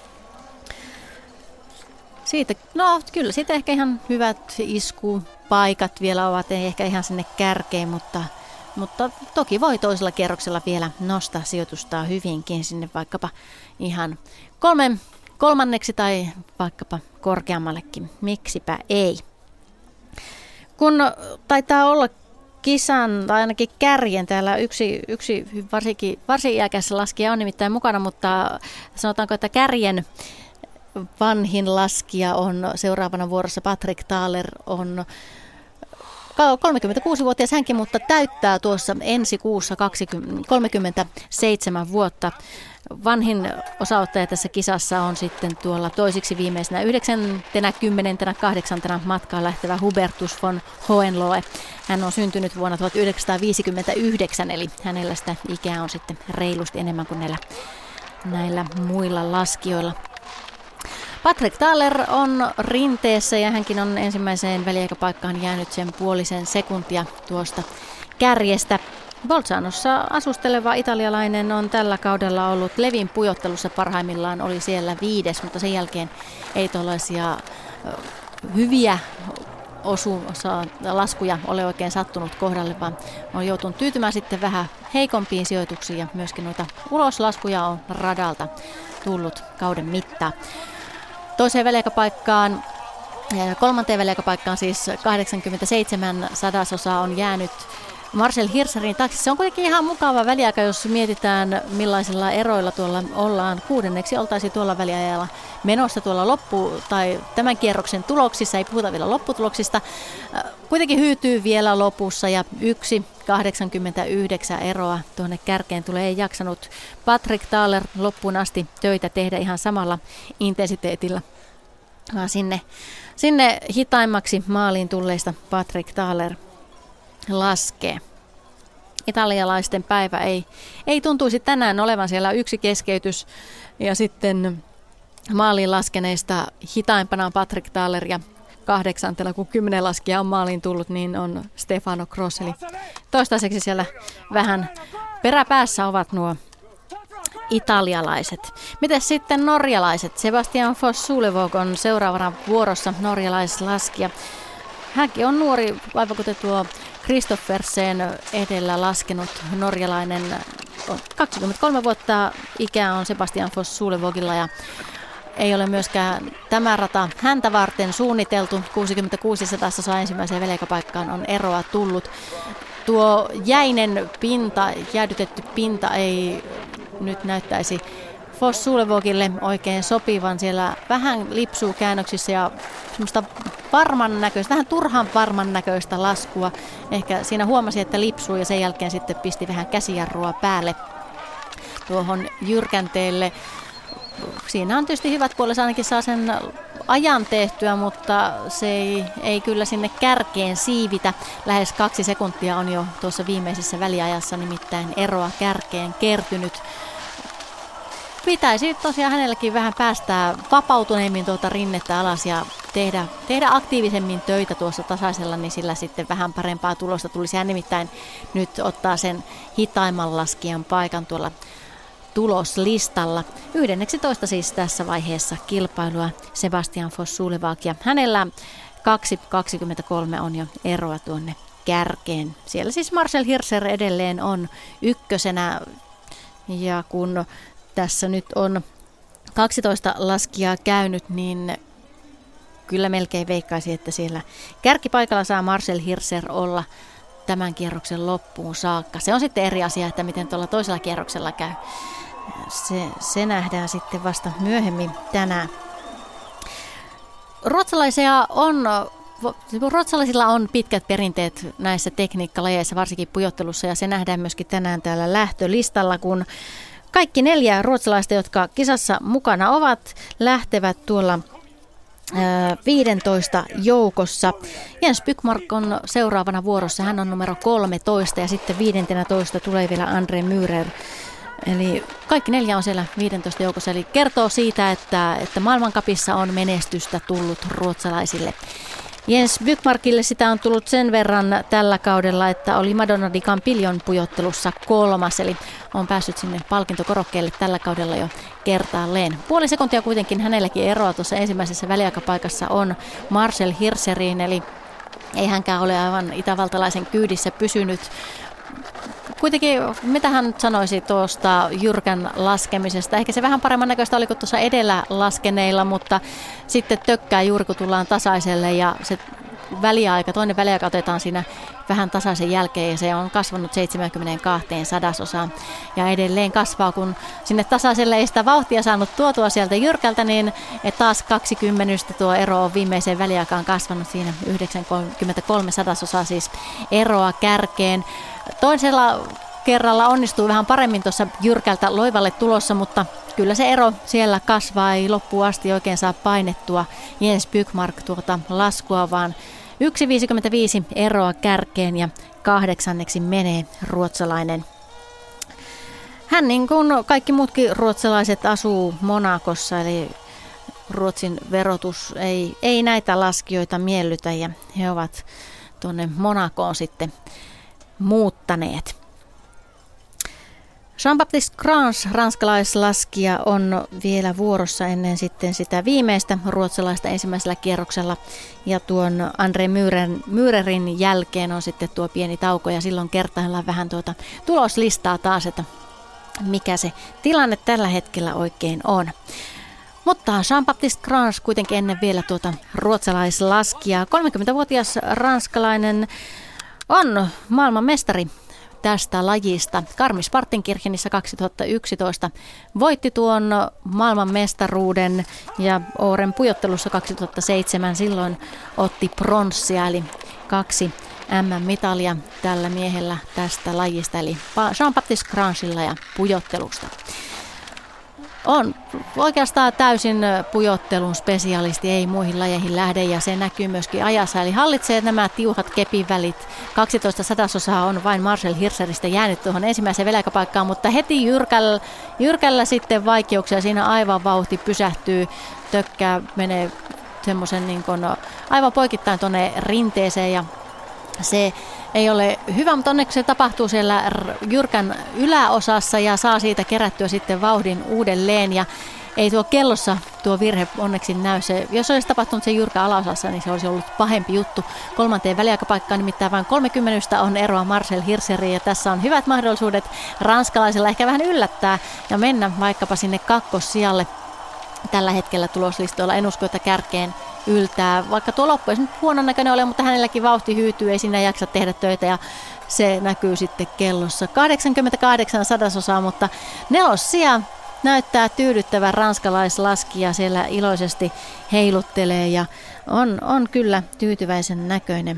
Siitä, no kyllä siitä ehkä ihan hyvät iskupaikat vielä ovat, ei ehkä ihan sinne kärkeen, mutta, mutta toki voi toisella kierroksella vielä nostaa sijoitustaan hyvinkin sinne vaikkapa ihan kolme, kolmanneksi tai vaikkapa korkeammallekin, miksipä ei. Kun taitaa olla kisan tai ainakin kärjen täällä yksi, yksi varsinkin, varsin iäkäs laskija on nimittäin mukana, mutta sanotaanko, että kärjen vanhin laskija on seuraavana vuorossa Patrick Thaler, on kolmekymmentäkuusi-vuotias hänkin, mutta täyttää tuossa ensi kuussa kolmekymmentäseitsemän vuotta. Vanhin osaottaja tässä kisassa on sitten tuolla toisiksi viimeisenä yhdeksäntenä, kymmenentenä, kahdeksantena matkaan lähtevä Hubertus von Hohenlohe. Hän on syntynyt vuonna tuhatyhdeksänsataaviisikymmentäyhdeksän, eli hänellä sitä ikää on sitten reilusti enemmän kuin näillä, näillä muilla laskijoilla. Patrick Thaler on rinteessä ja hänkin on ensimmäiseen väliaikapaikkaan jäänyt sen puolisen sekuntia tuosta kärjestä. Bolzanossa asusteleva italialainen on tällä kaudella ollut Levin pujottelussa parhaimmillaan, oli siellä viides, mutta sen jälkeen ei tuollaisia hyviä osuusa, laskuja ole oikein sattunut kohdalle, vaan on joutunut tyytymään sitten vähän heikompiin sijoituksiin ja myöskin noita uloslaskuja on radalta tullut kauden mittaan. Toiseen väliaikapaikkaan, kolmanteen väliaikapaikkaan siis kahdeksankymmentäseitsemän sadasosaa on jäänyt Marcel Hirscherin taksi. Se on kuitenkin ihan mukava väliaika, jos mietitään millaisilla eroilla tuolla ollaan. Kuudenneksi oltaisiin tuolla väliajalla menossa tuolla loppu- tai tämän kierroksen tuloksissa, ei puhuta vielä lopputuloksista. Kuitenkin hyytyy vielä lopussa ja yksi kahdeksankymmentäyhdeksän eroa tuonne kärkeen tulee, ei jaksanut Patrick Thaler loppuun asti töitä tehdä ihan samalla intensiteetillä. Sinne, sinne hitaimmaksi maaliin tulleista Patrick Thaler laskee. Italialaisten päivä ei, ei tuntuisi tänään olevan, siellä yksi keskeytys ja sitten maaliin laskeneista hitaimpana on Patrick Thaler ja kahdeksantena, kun kymmenen laskija on maaliin tullut, niin on Stefano Gross. Eli toistaiseksi siellä vähän peräpäässä ovat nuo italialaiset. Mites sitten norjalaiset? Sebastian Foss-Sulevåg on seuraavana vuorossa norjalaislaskija. Hänkin on nuori, aivan kuten tuo Kristoffersen edellä laskenut norjalainen. kaksikymmentäkolme vuotta ikää on Sebastian Foss-Sulevågilla ja ei ole myöskään tämä rata häntä varten suunniteltu. kuusikymmentäkuusi sadasosaa ensimmäiseen väliaikapaikkaan on eroa tullut. Tuo jäinen pinta, jäädytetty pinta ei nyt näyttäisi Foss-Sulevågille oikein sopivan. Siellä vähän lipsuu käännöksissä ja semmoista varman näköistä, vähän turhan varman näköistä laskua. Ehkä siinä huomasi, että lipsuu ja sen jälkeen sitten pisti vähän käsijarrua päälle tuohon jyrkänteelle. Siinä on tietysti hyvät puolet, ainakin saa sen ajan tehtyä, mutta se ei, ei kyllä sinne kärkeen siivitä. Lähes kaksi sekuntia on jo tuossa viimeisessä väliajassa nimittäin eroa kärkeen kertynyt. Pitäisi tosiaan hänelläkin vähän päästää vapautuneemmin tuota rinnettä alas ja tehdä, tehdä aktiivisemmin töitä tuossa tasaisella, niin sillä sitten vähän parempaa tulosta tulisi. Hän nimittäin nyt ottaa sen hitaimman laskijan paikan tuolla tuloslistalla. yhdentoista siis tässä vaiheessa kilpailua Sebastian Foss-Sulevåg ja hänellä kaksi kaksikymmentäkolme on jo eroa tuonne kärkeen. Siellä siis Marcel Hirscher edelleen on ykkösenä, ja kun tässä nyt on kaksitoista laskijaa käynyt, niin kyllä melkein veikkaisin, että siellä kärkipaikalla saa Marcel Hirscher olla tämän kierroksen loppuun saakka. Se on sitten eri asia, että miten tuolla toisella kierroksella käy. Se, se nähdään sitten vasta myöhemmin tänään. Ruotsalaisia on, ruotsalaisilla on pitkät perinteet näissä tekniikkalajeissa, varsinkin pujottelussa, ja se nähdään myöskin tänään täällä lähtölistalla, kun kaikki neljä ruotsalaista, jotka kisassa mukana ovat, lähtevät tuolla viidentoista joukossa. Jens Bykmark on seuraavana vuorossa, hän on numero kolmetoista, ja sitten viidentenätoista tulee vielä Andre Myhrer. Eli kaikki neljä on siellä viidentoista joukossa, eli kertoo siitä, että, että maailmancupissa on menestystä tullut ruotsalaisille. Jens Bykmarkille sitä on tullut sen verran tällä kaudella, että oli Madonna di Campiglion pujottelussa kolmas, eli on päässyt sinne palkintokorokkeelle tällä kaudella jo kertaalleen. Puoli sekuntia kuitenkin hänelläkin eroa tuossa ensimmäisessä väliaikapaikassa on Marcel Hirscheriin, eli ei hänkään ole aivan itävaltalaisen kyydissä pysynyt. Kuitenkin, mitä hän sanoisi tuosta jyrkän laskemisesta? Ehkä se vähän paremman näköistä oli kuin tuossa edellä laskeneilla, mutta sitten tökkää juuri kun tullaan tasaiselle, ja se väliaika, toinen väliaika otetaan siinä vähän tasaisen jälkeen, ja se on kasvanut seitsemänkymmentäkaksi sadasosaan. Ja edelleen kasvaa, kun sinne tasaiselle ei sitä vauhtia saanut tuotua sieltä jyrkältä, niin taas kaksikymmentä tuo ero on viimeiseen väliaikaan kasvanut siinä yhdeksänkymmentäkolme sadasosaa siis eroa kärkeen. Toisella kerralla onnistuu vähän paremmin tuossa jyrkältä loivalle tulossa, mutta kyllä se ero siellä kasvaa, ei loppuun asti oikein saa painettua Jens Bykmark tuota laskua, vaan yksi pilkku viisikymmentäviisi eroa kärkeen, ja kahdeksanneksi menee ruotsalainen. Hän niin kuin kaikki muutkin ruotsalaiset asuu Monacossa, eli Ruotsin verotus ei, ei näitä laskijoita miellytä, ja he ovat tuonne Monacoon sitten muuttaneet. Jean-Baptiste Grans, ranskalaislaskija, on vielä vuorossa ennen sitten sitä viimeistä ruotsalaista ensimmäisellä kierroksella. Ja tuon Andre Myhrerin jälkeen on sitten tuo pieni tauko, ja silloin kertaillaan vähän tuota tuloslistaa taas, että mikä se tilanne tällä hetkellä oikein on. Mutta Jean-Baptiste Grans kuitenkin ennen vielä tuota ruotsalaislaskijaa. kolmekymmentävuotias ranskalainen on maailman mestari tästä lajista. Garmisch-Partenkirchenissä kaksituhattayksitoista voitti tuon maailmanmestaruuden, ja Åren pujottelussa kaksituhattaseitsemän silloin otti pronssia, eli kaksi M M-mitalia tällä miehellä tästä lajista, eli Jean-Baptiste Gransilla ja pujottelusta. On oikeastaan täysin pujottelun spesialisti, ei muihin lajeihin lähde, ja se näkyy myöskin ajassa. Eli hallitsee nämä tiuhat kepivälit. kaksitoista sadasosaa on vain Marcel Hirscheristä jäänyt tuohon ensimmäiseen väliaikapaikkaan, mutta heti jyrkällä, jyrkällä sitten vaikeuksia. Siinä aivan vauhti pysähtyy, tökkää menee semmoisen niin kuin aivan poikittain tuonne rinteeseen, ja se ei ole hyvä, mutta onneksi se tapahtuu siellä jyrkän yläosassa ja saa siitä kerättyä sitten vauhdin uudelleen. Ja ei tuo kellossa tuo virhe onneksi näy. Se, jos olisi tapahtunut se jyrkä alaosassa, niin se olisi ollut pahempi juttu. Kolmanteen väliaikapaikkaan nimittäin vain kolmekymmentä on eroa Marcel Hirscheriin, ja tässä on hyvät mahdollisuudet ranskalaisilla ehkä vähän yllättää ja mennä vaikkapa sinne kakkossijalle. Tällä hetkellä tuloslistoilla en usko, että kärkeen yltää, vaikka tuo loppu ei nyt huonon näköinen ole, mutta hänelläkin vauhti hyytyy, ei siinä jaksa tehdä töitä, ja se näkyy sitten kellossa. kahdeksankymmentäkahdeksan sadasosaa, mutta nelossija näyttää tyydyttävän ranskalaislaskija, siellä iloisesti heiluttelee ja on, on kyllä tyytyväisen näköinen.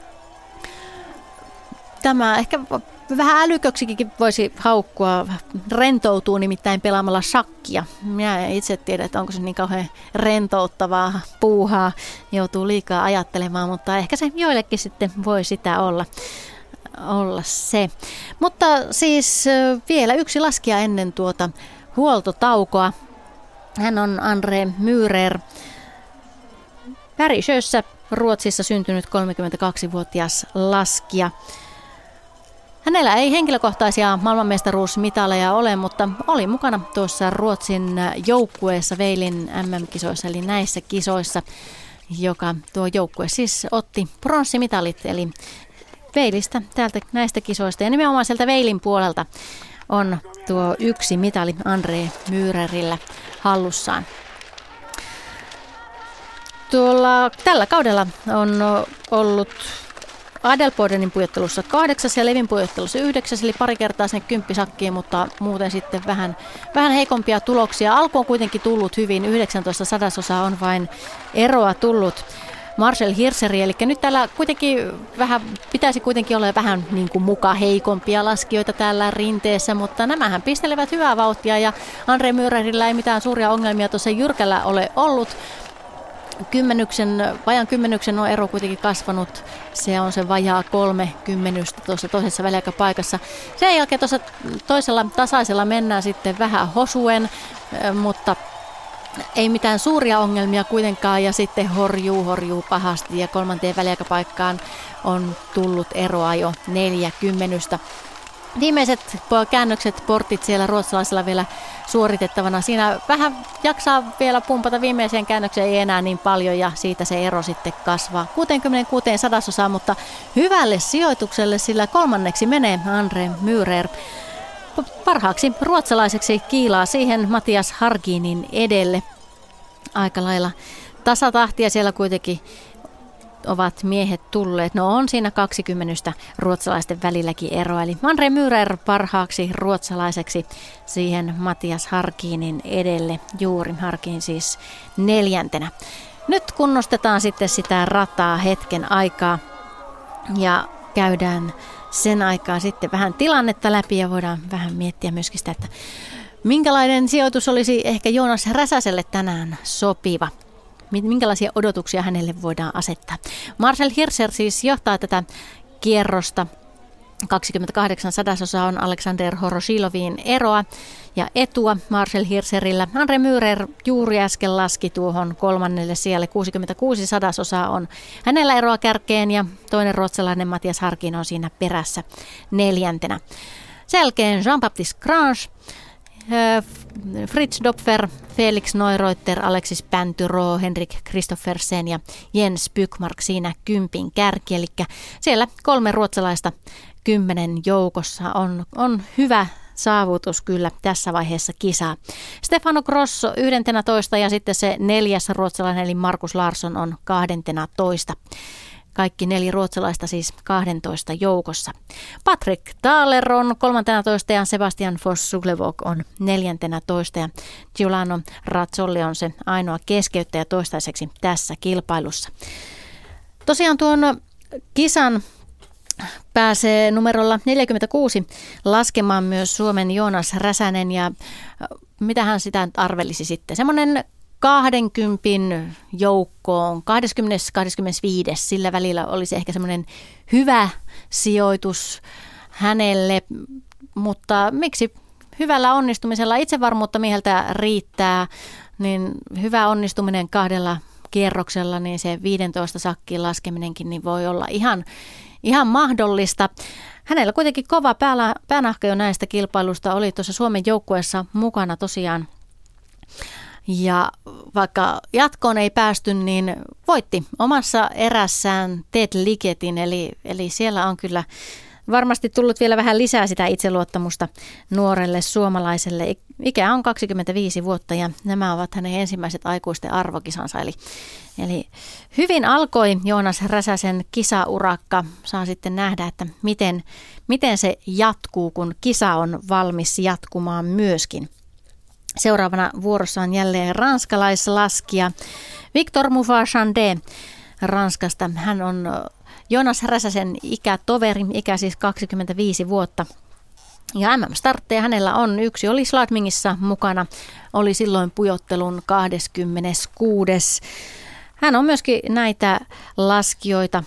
Tämä ehkä vähän älyköksikin voisi haukkua, rentoutuu nimittäin pelaamalla shakkia. Minä en itse tiedä, että onko se niin kauhean rentouttavaa puuhaa, joutuu liikaa ajattelemaan, mutta ehkä se joillekin sitten voi sitä olla, olla se. Mutta siis vielä yksi laskija ennen tuota huoltotaukoa. Hän on Andre Myhrer, Värisjössä Ruotsissa syntynyt kolmekymmentäkaksivuotias laskija. Hänellä ei henkilökohtaisia maailmanmestaruusmitaleja ole, mutta oli mukana tuossa Ruotsin joukkueessa Veilin M M-kisoissa, eli näissä kisoissa, joka tuo joukkue siis otti pronssimitalit, eli Veilistä täältä näistä kisoista ja nimenomaan sieltä Veilin puolelta on tuo yksi mitali Andre Mürerillä hallussaan. Tuolla, tällä kaudella on ollut Adelbodenin pujottelussa kahdeksas ja Levin pujottelussa yhdeksäs, eli pari kertaa sinne kymppisakkiin, mutta muuten sitten vähän, vähän heikompia tuloksia. Alku on kuitenkin tullut hyvin, yhdeksäntoista sadasosaa on vain eroa tullut Marcel Hirseri, eli nyt täällä kuitenkin vähän, pitäisi kuitenkin olla vähän niin kuin muka heikompia laskijoita täällä rinteessä, mutta nämähän pistelevät hyvää vauhtia ja Andre Mürerillä ei mitään suuria ongelmia tuossa jyrkällä ole ollut. Kymmenyksen, vajaan kymmenyksen on ero kuitenkin kasvanut. Se on se vajaa kolme kymmenystä tuossa toisessa väliaikapaikassa. Sen jälkeen tuossa toisella tasaisella mennään sitten vähän hosuen, mutta ei mitään suuria ongelmia kuitenkaan. Ja sitten horjuu, horjuu pahasti ja kolmanteen väliaikapaikkaan on tullut eroa jo neljä kymmenystä. Viimeiset käännökset, portit siellä ruotsalaisilla vielä suoritettavana. Siinä vähän jaksaa vielä pumpata viimeiseen käännökseen, ei enää niin paljon ja siitä se ero sitten kasvaa kuusikymmentäkuusi sadasosaa, mutta hyvälle sijoitukselle, sillä kolmanneksi menee Andre Mürer. Parhaaksi ruotsalaiseksi kiilaa siihen Matias Harkinin edelle. Aika lailla tasatahtia siellä kuitenkin ovat miehet tulleet. No on siinä kaksikymmentä ruotsalaisten välilläkin eroa. Eli Andre Mürer parhaaksi ruotsalaiseksi siihen Matias Harkinin edelle. Juuri Harkin siis neljäntenä. Nyt kunnostetaan sitten sitä rataa hetken aikaa ja käydään sen aikaa sitten vähän tilannetta läpi ja voidaan vähän miettiä myöskin sitä, että minkälainen sijoitus olisi ehkä Joonas Räsäselle tänään sopiva. Minkälaisia odotuksia hänelle voidaan asettaa. Marcel Hirscher siis johtaa tätä kierrosta. kaksikymmentäkahdeksan sadasosaa on Alexander Horoshilovin eroa ja etua Marcel Hirscherillä. Andre Mürer juuri äsken laski tuohon kolmannelle sijalle. kuusikymmentäkuusi sadasosaa on hänellä eroa kärkeen ja toinen ruotsalainen Matias Harkin on siinä perässä neljäntenä. Sen jälkeen Jean-Baptiste Grange, Fritz Dopfer, Felix Neureuter, Alexis Päntyro, Henrik Kristoffersen ja Jens Bykmark siinä kympin kärki. Eli siellä kolme ruotsalaista kymmenen joukossa on, on hyvä saavutus kyllä tässä vaiheessa kisaa. Stefano Grosso yhdentenätoista ja sitten se neljäs ruotsalainen eli Markus Larsson on kahdentenatoista. Kaikki neljä ruotsalaista siis kahdentoista joukossa. Patrick Thaler on kolmantenatoista ja Sebastian Voss-Suglevok on neljäntenätoista ja Giuliano Razzolli on se ainoa keskeyttäjä toistaiseksi tässä kilpailussa. Tosiaan tuon kisan pääsee numerolla neljäkymmentäkuusi laskemaan myös Suomen Joonas Räsänen ja mitä hän sitä arvelisi sitten? Semmoinen kahdenkympin joukkoon, kaksikymmentä kaksikymmentäviisi, sillä välillä olisi ehkä semmoinen hyvä sijoitus hänelle, mutta miksi hyvällä onnistumisella itsevarmuutta mieheltä riittää, niin hyvä onnistuminen kahdella kierroksella, niin se viisitoista sakkiin laskeminenkin niin voi olla ihan, ihan mahdollista. Hänellä kuitenkin kova päälä, päänahka jo näistä kilpailusta oli tuossa Suomen joukkueessa mukana tosiaan. Ja vaikka jatkoon ei päästy, niin voitti omassa erässään Ted Ligetin, eli, eli siellä on kyllä varmasti tullut vielä vähän lisää sitä itseluottamusta nuorelle suomalaiselle. Ikä on kaksikymmentäviisi vuotta ja nämä ovat hänen ensimmäiset aikuisten arvokisansa. Eli, eli hyvin alkoi Joonas Räsäsen kisaurakka. Saa sitten nähdä, että miten, miten se jatkuu, kun kisa on valmis jatkumaan myöskin. Seuraavana vuorossa on jälleen ranskalaislaskija Victor Mouffa-Chandé Ranskasta. Hän on Joonas Räsäsen ikätoveri, ikä siis kaksikymmentäviisi vuotta. Ja M M-startteja hänellä on. Yksi oli Sladmingissa mukana, oli silloin pujottelun kaksikymmentäkuusi. Hän on myöskin näitä laskijoita,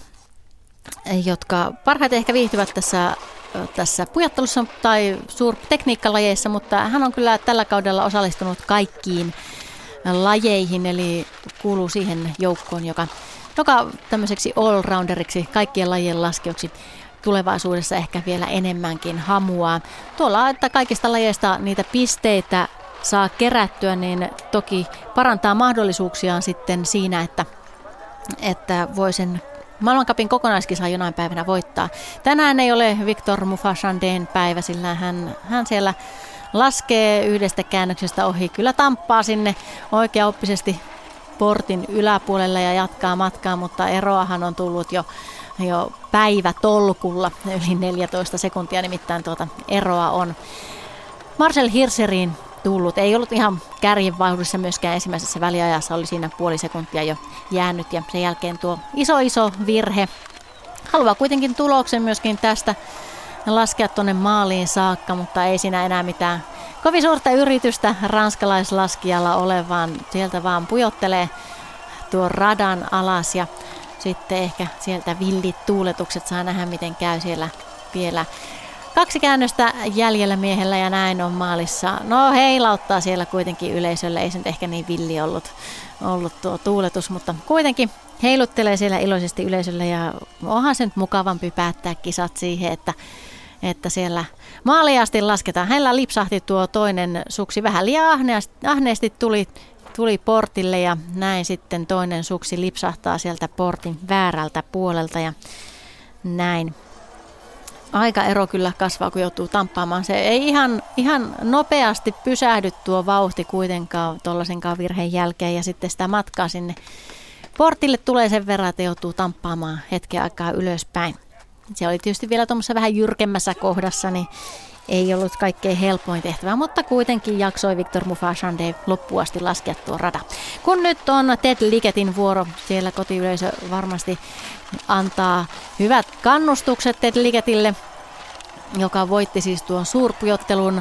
jotka parhaiten ehkä viihtyvät tässä tässä pujattelussa tai suurtekniikkalajeissa, mutta hän on kyllä tällä kaudella osallistunut kaikkiin lajeihin, eli kuuluu siihen joukkoon, joka, joka tämmöiseksi all-rounderiksi, kaikkien lajien laskijoksi tulevaisuudessa ehkä vielä enemmänkin hamuaa. Tuolla, että kaikista lajeista niitä pisteitä saa kerättyä, niin toki parantaa mahdollisuuksiaan sitten siinä, että, että voi sen maailmancupin kokonaiskisa jonain päivänä voittaa. Tänään ei ole Victor Mufasandeen päivä, sillä hän, hän siellä laskee yhdestä käännöksestä ohi. Kyllä tamppaa sinne oikeaoppisesti portin yläpuolella ja jatkaa matkaa, mutta eroahan on tullut jo, jo päivätolkulla. Yli neljätoista sekuntia nimittäin tuota eroa on. Marcel Hirscheriin tullut. Ei ollut ihan kärjenvauhdissa myöskään ensimmäisessä väliajassa. Oli siinä puoli sekuntia jo jäänyt ja sen jälkeen tuo iso iso virhe. Haluaa kuitenkin tuloksen myöskin tästä laskea tuonne maaliin saakka, mutta ei siinä enää mitään kovin suurta yritystä ranskalaislaskijalla ole, vaan sieltä vaan pujottelee tuon radan alas ja sitten ehkä sieltä villit tuuletukset, saa nähdä miten käy siellä vielä. Kaksi käännöstä jäljellä miehellä ja näin on maalissa. No heilauttaa siellä kuitenkin yleisölle, ei se nyt ehkä niin villi ollut, ollut tuo tuuletus, mutta kuitenkin heiluttelee siellä iloisesti yleisölle ja onhan se nyt mukavampi päättää kisat siihen, että että siellä maaliasti lasketaan. Hänellä lipsahti tuo toinen suksi vähän liian ahneesti tuli, tuli portille ja näin sitten toinen suksi lipsahtaa sieltä portin väärältä puolelta ja näin. Aikaero kyllä kasvaa, kun joutuu tamppaamaan. Se ei ihan, ihan nopeasti pysähdy tuo vauhti kuitenkaan tuollaisenkaan virheen jälkeen ja sitten sitä matkaa sinne portille tulee sen verran, että joutuu tamppaamaan hetken aikaa ylöspäin. Se oli tietysti vielä tuommoisessa vähän jyrkemmässä kohdassa, niin ei ollut kaikkein helpoin tehtävä, mutta kuitenkin jaksoi Victor Mufasande loppuun asti laskea tuo rada. Kun nyt on Ted Liggetin vuoro, siellä kotiyleisö varmasti antaa hyvät kannustukset Ted Liggetille, joka voitti siis tuon suurpujottelun.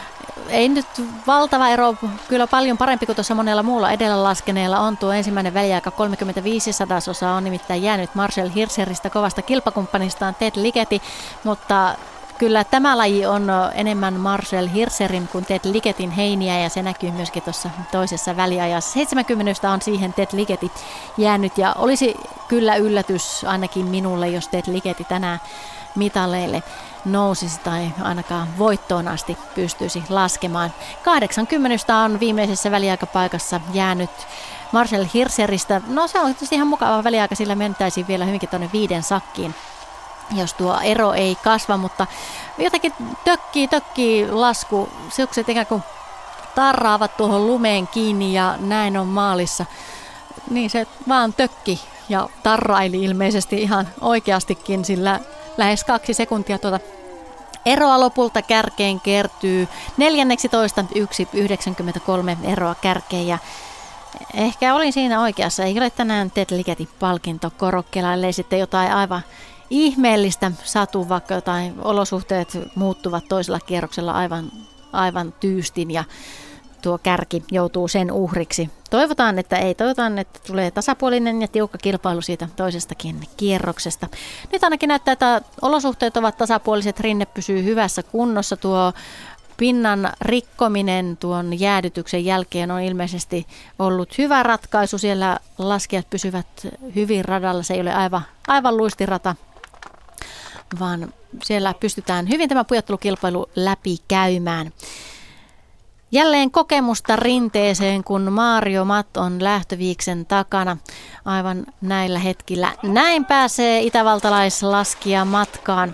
Ei nyt valtava ero, kyllä paljon parempi kuin tuossa monella muulla edellä laskeneella on tuo ensimmäinen väliaika kolmekymmentäviisi sadasosaa on nimittäin jäänyt Marcel Hirscheristä kovasta kilpakumppanistaan Ted Liggetti, mutta kyllä tämä laji on enemmän Marcel Hirscherin kuin Ted Liggetin heiniä ja se näkyy myöskin tuossa toisessa väliajassa. seitsemänkymmentä on siihen Ted Liggetti jäänyt ja olisi kyllä yllätys ainakin minulle, jos Ted Liggetti tänään mitaleille nousisi tai ainakaan voittoon asti pystyisi laskemaan. kahdeksankymmentä on viimeisessä väliaikapaikassa jäänyt Marcel Hirscheristä. No se on tietysti ihan mukava väliaika, sillä mentäisiin vielä hyvinkin tuonne viiden sakkiin, jos tuo ero ei kasva, mutta jotenkin tökkii, tökkii lasku. Sukset ikään kuin tarraavat tuohon lumeen kiinni ja näin on maalissa. Niin se vaan tökki ja tarraili ilmeisesti ihan oikeastikin, sillä lähes kaksi sekuntia tuota eroa lopulta kärkeen kertyy. Neljänneksitoista yksi yhdeksänkymmentäkolme eroa kärkeen ja ehkä olin siinä oikeassa. Ei ole tänään Ted Liggetin palkinto korokkeella, ellei sitten jotain aivan ihmeellistä satu, vaikka jotain olosuhteet muuttuvat toisella kierroksella aivan, aivan tyystin ja tuo kärki joutuu sen uhriksi. Toivotaan, että ei. Toivotaan, että tulee tasapuolinen ja tiukka kilpailu siitä toisestakin kierroksesta. Nyt ainakin näyttää, että olosuhteet ovat tasapuoliset. Rinne pysyy hyvässä kunnossa. Tuo pinnan rikkominen tuon jäädytyksen jälkeen on ilmeisesti ollut hyvä ratkaisu. Siellä laskijat pysyvät hyvin radalla. Se ei ole aivan, aivan luistirata, vaan siellä pystytään hyvin tämä pujottelukilpailu läpi käymään. Jälleen kokemusta rinteeseen, kun Mario Matt on lähtöviiksen takana aivan näillä hetkillä. Näin pääsee itävaltalaislaskija matkaan.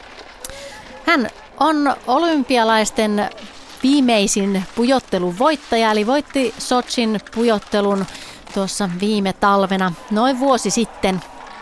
Hän on olympialaisten viimeisin pujottelun voittaja, eli voitti Sochin pujottelun tuossa viime talvena, noin vuosi sitten.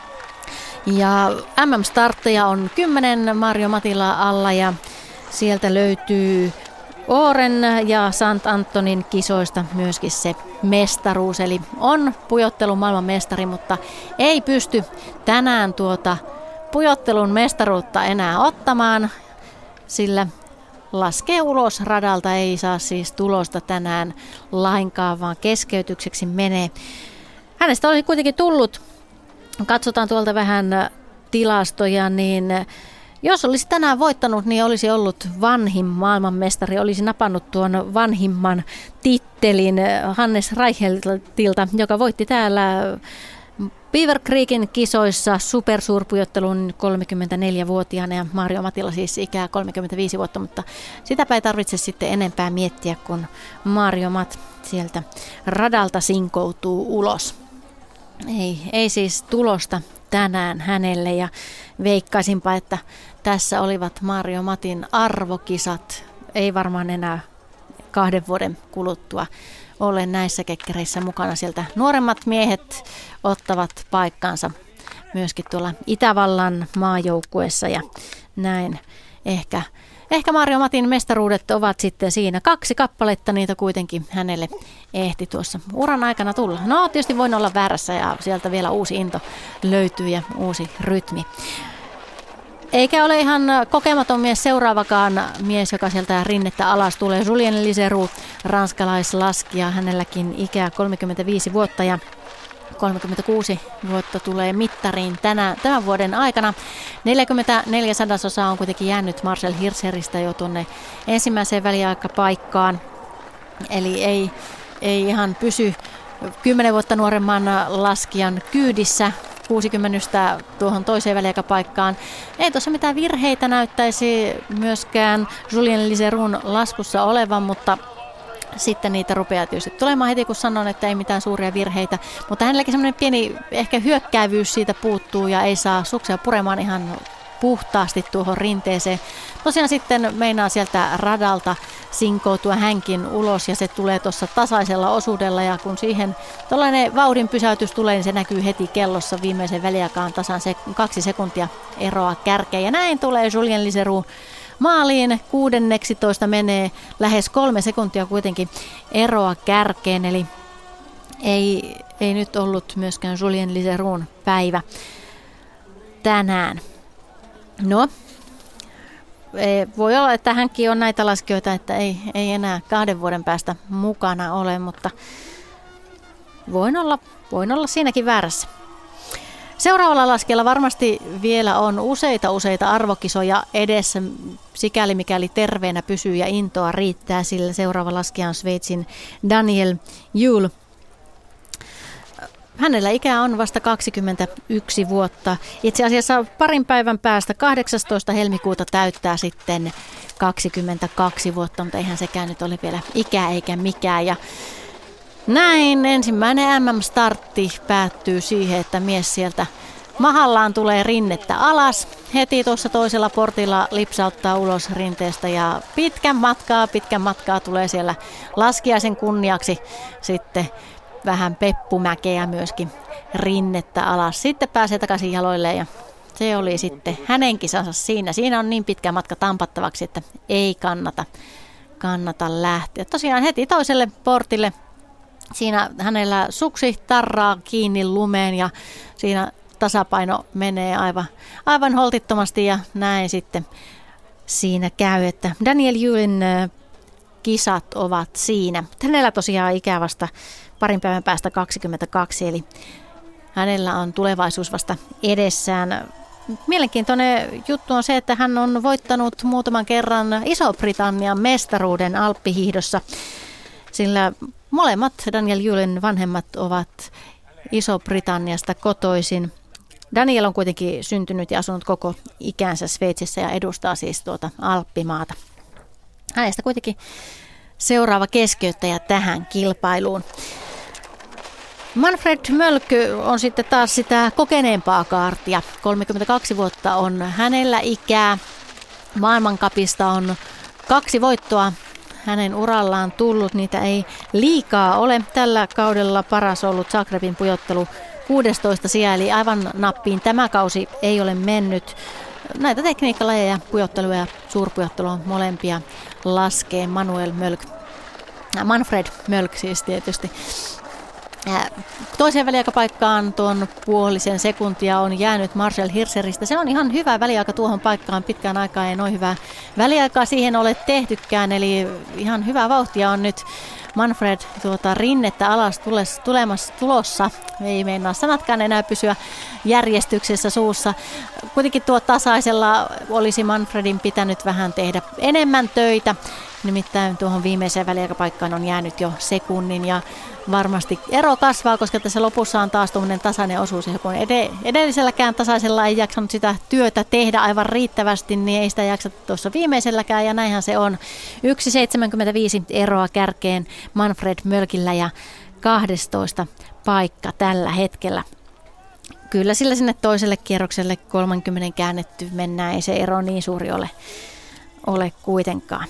Ja M M-startteja on kymmenen Mario Mattilla alla ja sieltä löytyy Oren ja Sant Antonin kisoista myöskin se mestaruus, eli on pujottelun maailman mestari, mutta ei pysty tänään tuota pujottelun mestaruutta enää ottamaan, sillä laskee ulos radalta, ei saa siis tulosta tänään lainkaan, vaan keskeytykseksi menee. Hänestä olisi kuitenkin tullut, katsotaan tuolta vähän tilastoja, niin jos olisi tänään voittanut, niin olisi ollut vanhin maailmanmestari, olisi napannut tuon vanhimman tittelin Hannes Reicheltilta, joka voitti täällä Beaver Creekin kisoissa supersuurpujottelun kolmekymmentäneljävuotiaana ja Mario Mattilla siis ikää kolmekymmentäviisi vuotta, mutta sitäpä ei tarvitse sitten enempää miettiä, kun Mario Matt sieltä radalta sinkoutuu ulos. Ei, ei siis tulosta tänään hänelle ja veikkaisinpa, että tässä olivat Mario Matin arvokisat. Ei varmaan enää kahden vuoden kuluttua ole näissä kekkereissä mukana. Sieltä nuoremmat miehet ottavat paikkansa myöskin tuolla Itävallan maajoukkueessa ja näin ehkä. Ehkä Mario Matin mestaruudet ovat sitten siinä. Kaksi kappaletta niitä kuitenkin hänelle ehti tuossa uran aikana tulla. No tietysti voin olla väärässä ja sieltä vielä uusi into löytyy ja uusi rytmi. Eikä ole ihan kokematon mies seuraavakaan mies, joka sieltä rinnettä alas tulee. Julien Liseroux, ranskalaislaskija, hänelläkin ikää kolmekymmentäviisi vuotta ja kolmekymmentäkuusi vuotta tulee mittariin tänä, tämän vuoden aikana. neljäkymmentäneljä sadasosaa on kuitenkin jäänyt Marcel Hirscheristä jo tuonne ensimmäiseen väliaikapaikkaan. Eli ei, ei ihan pysy kymmenen vuotta nuoremman laskijan kyydissä. kuusikymmentä tuohon toiseen väliaikapaikkaan. Ei tuossa mitään virheitä näyttäisi myöskään Julien Liseroun laskussa olevan, mutta sitten niitä rupeaa tietysti tulemaan heti, kun sanon, että ei mitään suuria virheitä. Mutta hänelläkin semmoinen pieni ehkä hyökkäävyys siitä puuttuu ja ei saa suksia puremaan ihan puhtaasti tuohon rinteeseen. Tosiaan sitten meinaa sieltä radalta sinkoutua hänkin ulos ja se tulee tuossa tasaisella osuudella ja kun siihen tuollainen vauhdin pysäytys tulee, niin se näkyy heti kellossa viimeisen väliaikaan tasan se kaksi sekuntia eroa kärkeen. Ja näin tulee Julien Liseroux maaliin. kuudenneksitoista menee lähes kolme sekuntia kuitenkin eroa kärkeen, eli ei, ei nyt ollut myöskään Julien Liseroun päivä tänään. No, voi olla, että hänkin on näitä laskijoita, että ei, ei enää kahden vuoden päästä mukana ole, mutta voin olla, voin olla siinäkin väärässä. Seuraavalla laskella varmasti vielä on useita useita arvokisoja edessä, sikäli mikäli terveenä pysyy ja intoa riittää, sillä seuraava laskija on Sveitsin Daniel Juhl. Hänellä ikää on vasta kaksikymmentäyksi vuotta. Itse asiassa parin päivän päästä kahdeksastoista helmikuuta täyttää sitten kaksikymmentäkaksi vuotta, mutta eihän sekään nyt ole vielä ikä eikä mikään. Ja näin ensimmäinen M M-startti päättyy siihen, että mies sieltä mahallaan tulee rinnettä alas. Heti tuossa toisella portilla lipsauttaa ulos rinteestä ja pitkän matkaa, pitkän matkaa tulee siellä laskiaisen kunniaksi sitten vähän peppumäkeä myöskin rinnettä alas. Sitten pääsee takaisin jaloilleen ja se oli sitten hänen kisansa siinä. Siinä on niin pitkä matka tampattavaksi, että ei kannata, kannata lähteä. Tosiaan heti toiselle portille. Siinä hänellä suksi tarraa kiinni lumeen ja siinä tasapaino menee aivan, aivan holtittomasti ja näin sitten siinä käy, että Daniel Juhlin kisat ovat siinä. Hänellä tosiaan ikää vasta parin päivän päästä kaksikymmentäkaksi, eli hänellä on tulevaisuus vasta edessään. Mielenkiintoinen juttu on se, että hän on voittanut muutaman kerran Iso-Britannian mestaruuden alppihiihdossa, sillä molemmat Daniel Juhlin vanhemmat ovat Iso-Britanniasta kotoisin. Daniel on kuitenkin syntynyt ja asunut koko ikänsä Sveitsissä ja edustaa siis tuota Alppimaata. Hänestä kuitenkin seuraava keskeyttäjä tähän kilpailuun. Manfred Mölk on sitten taas sitä kokeneempaa kaartia. kolmekymmentäkaksi vuotta on hänellä ikää. Maailmancupista on kaksi voittoa hänen urallaan tullut. Niitä ei liikaa ole. Tällä kaudella paras ollut Zagrebin pujottelu kuusitoista sijaa, eli aivan nappiin tämä kausi ei ole mennyt. Näitä tekniikkalajeja, pujottelua ja suurpujottelua molempia laskee Manuel Mölk. Manfred Mölk siis tietysti. Toiseen väliaikapaikkaan tuon puolisen sekuntia on jäänyt Marcel Hirscheristä. Se on ihan hyvä väliaika tuohon paikkaan. Pitkään aikaa ei noin hyvää väliaikaa siihen ole tehtykään. Eli ihan hyvä vauhtia on nyt Manfred tuota rinnettä alas tules, tulemassa tulossa. Ei meinaa sanatkaan enää pysyä järjestyksessä suussa. Kuitenkin tuo tasaisella olisi Manfredin pitänyt vähän tehdä enemmän töitä. Nimittäin tuohon viimeiseen väliaikapaikkaan on jäänyt jo sekunnin ja varmasti ero kasvaa, koska tässä lopussa on taas tuommoinen tasainen osuus. Ja kun edelliselläkään tasaisella ei jaksanut sitä työtä tehdä aivan riittävästi, niin ei sitä jaksa tuossa viimeiselläkään. Ja näinhän se on. yksi pilkku seitsemänkymmentäviisi eroa kärkeen Manfred Mölkillä ja kahdestoista paikka tällä hetkellä kyllä sillä sinne toiselle kierrokselle kolmekymmentä käännetty mennään, ei se ero niin suuri ole, ole kuitenkaan.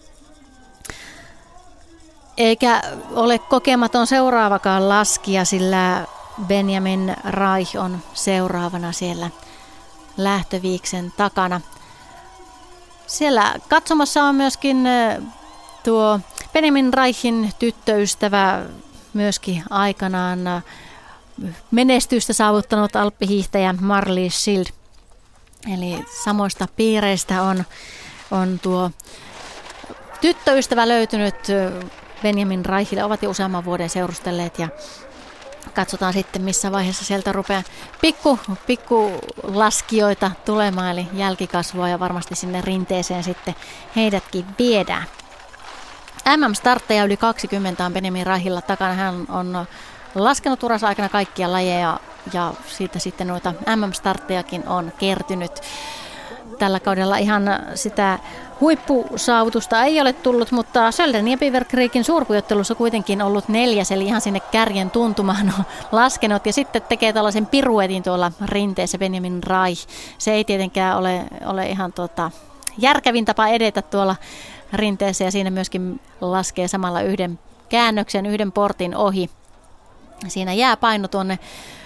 Eikä ole kokematon seuraavakaan laskija, sillä Benjamin Raich on seuraavana siellä lähtöviiksen takana. Siellä katsomassa on myöskin tuo Benjamin Raichin tyttöystävä, myöskin aikanaan menestystä saavuttanut alppihiihtäjä Marlies Schild. Eli samoista piireistä on, on tuo tyttöystävä löytynyt Benjamin Raichille. Ovat jo useamman vuoden seurustelleet ja katsotaan sitten missä vaiheessa sieltä rupeaa pikku, pikku laskijoita tulemaan, eli jälkikasvua, ja varmasti sinne rinteeseen sitten heidätkin viedään. M M-startteja yli kaksikymmentä on Benjamin Raichilla takana. Hän on laskenut uransa aikana kaikkia lajeja ja siitä sitten noita M M-starttejakin on kertynyt. Tällä kaudella ihan sitä huippusaavutusta ei ole tullut, mutta Sölden ja Beaver Creekin suurpujottelussa kuitenkin ollut neljäs, eli ihan sinne kärjen tuntumaan on laskenut. Ja sitten tekee tällaisen piruetin tuolla rinteessä Benjamin Raich. Se ei tietenkään ole, ole ihan tota, järkevin tapa edetä tuolla rinteessä, ja siinä myöskin laskee samalla yhden käännöksen, yhden portin ohi. Siinä jää paino tuonne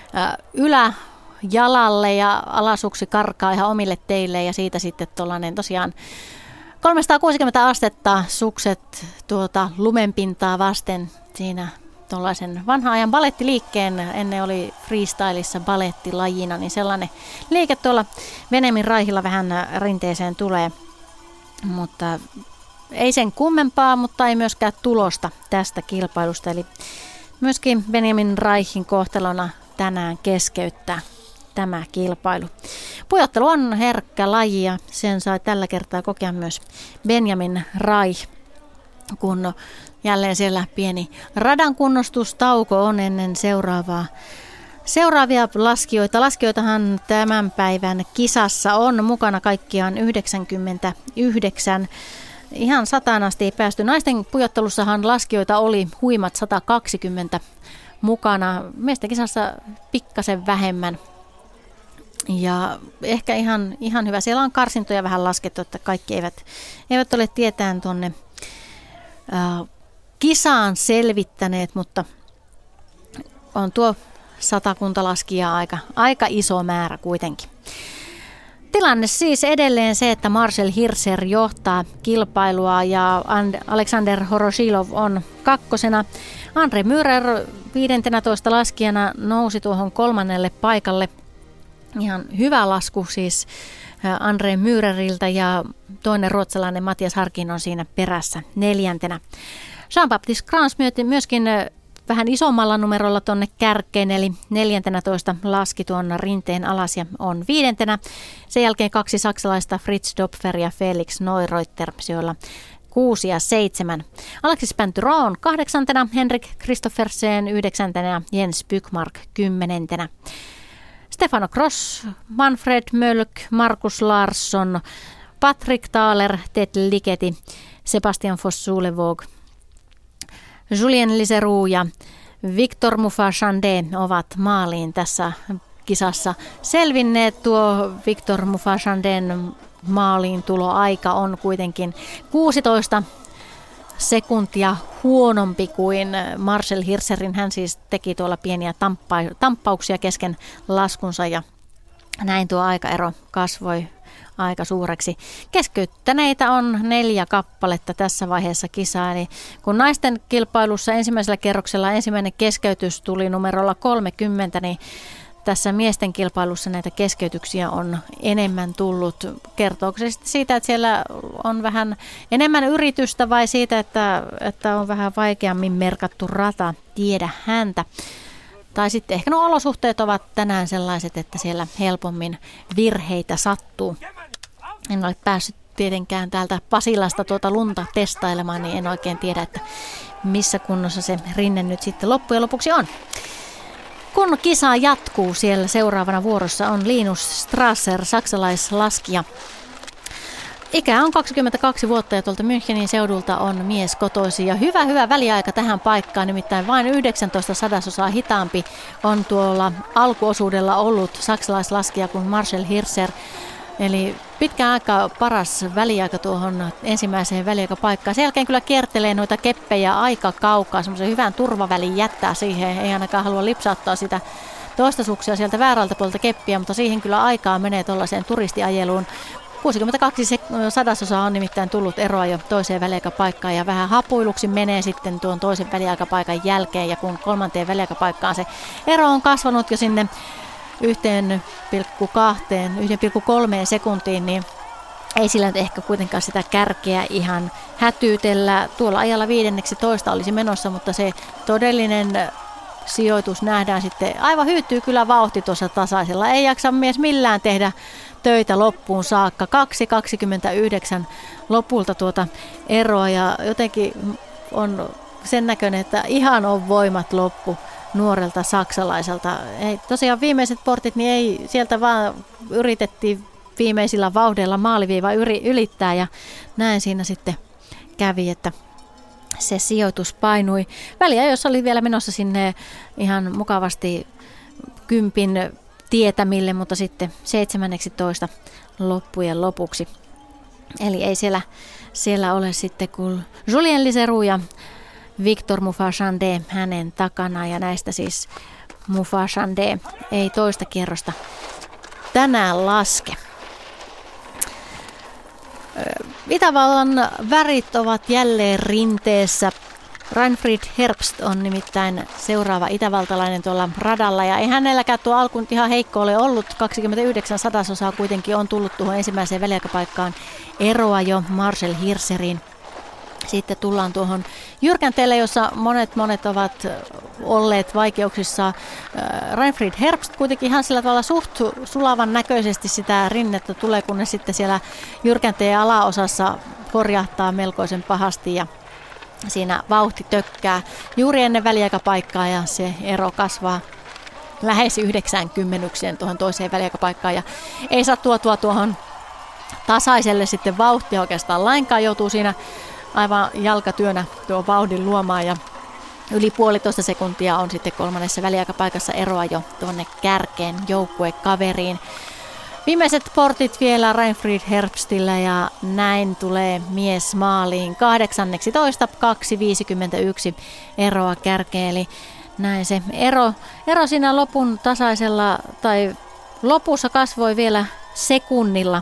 yläjalalle ja alasuksi karkaa ihan omille teille, ja siitä sitten tuollainen tosiaan kolmesataakuusikymmentä astetta sukset tuota lumenpintaa vasten siinä tuollaisen vanhan ajan balettiliikkeen, ennen oli freestylissa balettilajina, niin sellainen liike tuolla Benjamin Raichilla vähän rinteeseen tulee, mutta ei sen kummempaa, mutta ei myöskään tulosta tästä kilpailusta, eli myöskin Benjamin Raichin kohtalona tänään keskeyttää tämä kilpailu. Pujottelu on herkkä laji ja sen sai tällä kertaa kokea myös Benjamin Raich, kun jälleen siellä pieni radan kunnostustauko on ennen seuraavaa. Seuraavia laskijoita. Laskijoitahan tämän päivän kisassa on mukana kaikkiaan yhdeksänkymmentäyhdeksän. Ihan sataan asti ei päästy. Naisten pujottelussahan laskijoita oli huimat sata kaksikymmentä mukana. Miesten kisassa pikkasen vähemmän. Ja ehkä ihan, ihan hyvä. Siellä on karsintoja vähän laskettu, että kaikki eivät, eivät ole tietään tuonne äh, kisaan selvittäneet, mutta on tuo satakunta laskijaa aika, aika iso määrä kuitenkin. Tilanne siis edelleen se, että Marcel Hirscher johtaa kilpailua ja Alexander Horoshilov on kakkosena. Andre Mürer viidentenätoista laskijana nousi tuohon kolmannelle paikalle. Ihan hyvä lasku siis Andre Müreriltä, ja toinen ruotsalainen Mattias Harkin on siinä perässä neljäntenä. Jean-Baptiste Krans myöskin vähän isommalla numerolla tuonne kärkeen, eli neljäntenätoista laski tuon rinteen alas ja on viidentenä. Sen jälkeen kaksi saksalaista, Fritz Dopfer ja Felix Neureuter, sijoilla kuusi ja seitsemän. Alexis Pinturault on kahdeksantena, Henrik Kristoffersen yhdeksäntenä ja Jens Bykmark kymmenentenä. Stefano Cross, Manfred Mölk, Markus Larsson, Patrick Thaler, Ted Ligeti, Sebastian Foss-Sulevåg, Julien Liseroux ja Victor Mouffat-Chandé ovat maaliin tässä kisassa selvinneet. Tuo Victor Mouffat-Chandén maaliin tuloaika on kuitenkin kuusitoista sekuntia huonompi kuin Marcel Hirscherin. Hän siis teki tuolla pieniä tamppa- tamppauksia kesken laskunsa ja näin tuo aikaero kasvoi aika suureksi. Keskeyttäneitä on neljä kappaletta tässä vaiheessa kisaa. Eli kun naisten kilpailussa ensimmäisellä kerroksella ensimmäinen keskeytys tuli numerolla kolmekymmentä, niin tässä miesten kilpailussa näitä keskeytyksiä on enemmän tullut. Kertooko se siitä, että siellä on vähän enemmän yritystä, vai siitä, että, että on vähän vaikeammin merkattu rata? Tiedä häntä. Tai sitten ehkä nuo olosuhteet ovat tänään sellaiset, että siellä helpommin virheitä sattuu. En ole päässyt tietenkään täältä Pasilasta tuota lunta testailemaan, niin en oikein tiedä, että missä kunnossa se rinne nyt sitten loppujen lopuksi on. Kun kisa jatkuu, siellä seuraavana vuorossa on Linus Strasser, saksalaislaskija. Ikä on kaksikymmentäkaksi vuotta ja tuolta Münchenin seudulta on mies kotoisin. Ja hyvä, hyvä väliaika tähän paikkaan, nimittäin vain yhdeksäntoista sadasosaa hitaampi on tuolla alkuosuudella ollut saksalaislaskija kuin Marcel Hirscher. Eli pitkään aikaa paras väliaika tuohon ensimmäiseen väliaikapaikkaan. Sen jälkeen kyllä kiertelee noita keppejä aika kaukaa, semmoisen hyvän turvavälin jättää siihen. Ei ainakaan halua lipsauttaa sitä toista suksia sieltä väärältä puolelta keppiä, mutta siihen kyllä aikaa menee tuollaiseen turistiajeluun. kuusikymmentäkaksi sadasosaa on nimittäin tullut eroa jo toiseen väliaikapaikkaan ja vähän hapuiluksi menee sitten tuon toisen väliaikapaikan jälkeen. Ja kun kolmanteen väliaikapaikkaan se ero on kasvanut jo sinne yksi pilkku kaksi, yksi pilkku kolme sekuntiin, niin ei sillä nyt ehkä kuitenkaan sitä kärkeä ihan hätyytellä. Tuolla ajalla viidenneksi toista olisi menossa, mutta se todellinen sijoitus nähdään sitten. Aivan hyytyy kyllä vauhti tuossa tasaisella. Ei jaksa mies millään tehdä töitä loppuun saakka. kaksi kaksikymmentäyhdeksän lopulta tuota eroa ja jotenkin on sen näköinen, että ihan on voimat loppu nuorelta saksalaiselta. Ei, tosiaan viimeiset portit, niin ei sieltä vaan yritettiin viimeisillä vauhdeilla maaliviiva ylittää ja näin siinä sitten kävi, että se sijoitus painui. Väliä, jos oli vielä menossa sinne ihan mukavasti kympin tietämille, mutta sitten seitsemänneksi toista loppujen lopuksi. Eli ei siellä, siellä ole sitten kuin Julien Liseroux ja Victor Mouffa-Chandé hänen takana ja näistä siis Mouffa-Chandé ei toista kierrosta tänään laske. Itävallan värit ovat jälleen rinteessä. Reinfried Herbst on nimittäin seuraava itävaltalainen tuolla radalla ja ei hänelläkään tuo alkuun ihan heikko ole ollut. kaksikymmentäyhdeksän sadasosaa kuitenkin on tullut tuohon ensimmäiseen väliaikapaikkaan eroa jo Marcel Hirscheriin. Sitten tullaan tuohon jyrkänteelle, jossa monet monet ovat olleet vaikeuksissa. Reinfried Herbst kuitenkin ihan sillä tavalla suht sulavan näköisesti sitä rinnettä tulee, kun ne sitten siellä jyrkänteen alaosassa horjahtaa melkoisen pahasti ja siinä vauhti tökkää juuri ennen väliaikapaikkaa ja se ero kasvaa lähes yhdeksäänkymmenykseen tuohon toiseen väliaikapaikkaan ja ei saa tuotua tuohon tasaiselle sitten vauhtia oikeastaan lainkaan, joutuu siinä aivan jalkatyönä tuo vauhdin luomaan ja yli puolitoista sekuntia on sitten kolmannessa väliaikapaikassa eroa jo tuonne kärkeen joukkuekaveriin. Viimeiset portit vielä Reinfried Herbstillä ja näin tulee mies maaliin kahdeksanneksi toista, kaksi viisikymmentäyksi eroa kärkeen, eli näin se ero, ero siinä lopun tasaisella tai lopussa kasvoi vielä sekunnilla.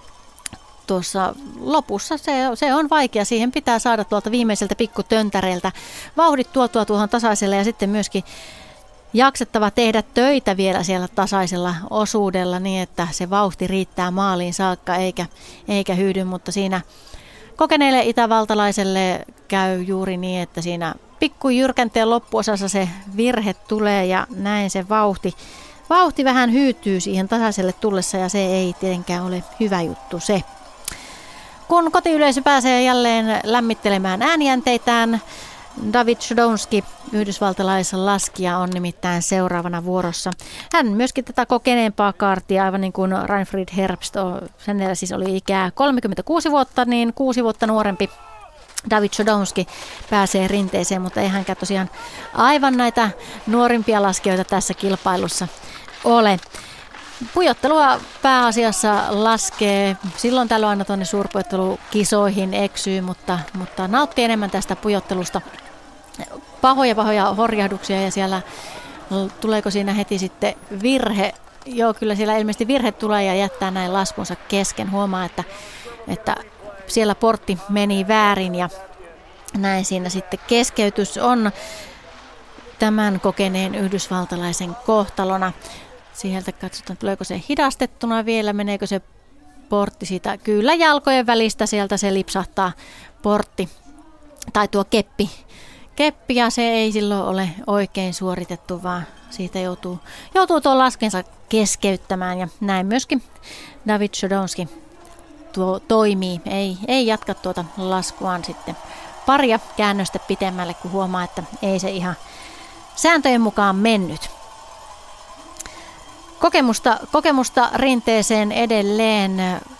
Tuossa lopussa se, se on vaikea, siihen pitää saada tuolta viimeiseltä pikkutöntäreiltä vauhdit tuotua tuohon tasaiselle ja sitten myöskin jaksettava tehdä töitä vielä siellä tasaisella osuudella niin, että se vauhti riittää maaliin saakka eikä, eikä hyydy, mutta siinä kokeneelle itävaltalaiselle käy juuri niin, että siinä pikkujyrkänteen loppuosassa se virhe tulee ja näin se vauhti, vauhti vähän hyytyy siihen tasaiselle tullessa ja se ei tietenkään ole hyvä juttu se. Kun kotiyleisö pääsee jälleen lämmittelemään äänijänteitään, David Shadonski, yhdysvaltalaisen laskija, on nimittäin seuraavana vuorossa. Hän myöskin tätä kokeneempaa kaartia, aivan niin kuin Reinfried Herbst, hänellä siis oli ikää kolmekymmentäkuusi vuotta, niin kuusi vuotta nuorempi David Shadonski pääsee rinteeseen, mutta ei hänkään tosiaan aivan näitä nuorimpia laskijoita tässä kilpailussa ole. Pujottelua pääasiassa laskee, silloin tällöin aina tuonne suurpujottelukisoihin eksyy, mutta, mutta nauttii enemmän tästä pujottelusta. Pahoja pahoja horjahduksia ja siellä tuleeko siinä heti sitten virhe. Joo, kyllä siellä ilmeisesti virhe tulee ja jättää näin laskunsa kesken. Huomaa, että, että siellä portti meni väärin ja näin siinä sitten keskeytys on tämän kokeneen yhdysvaltalaisen kohtalona. Sieltä katsotaan, tuleeko se hidastettuna vielä, meneekö se portti siitä. Kyllä jalkojen välistä sieltä se lipsahtaa portti tai tuo keppi. Keppi ja se ei silloin ole oikein suoritettu, vaan siitä joutuu, joutuu tuon laskensa keskeyttämään. Ja näin myöskin David Shadonski tuo toimii, ei, ei jatka tuota laskuaan sitten paria käännöstä pitemmälle, kun huomaa, että ei se ihan sääntöjen mukaan mennyt. Kokemusta, kokemusta rinteeseen edelleen.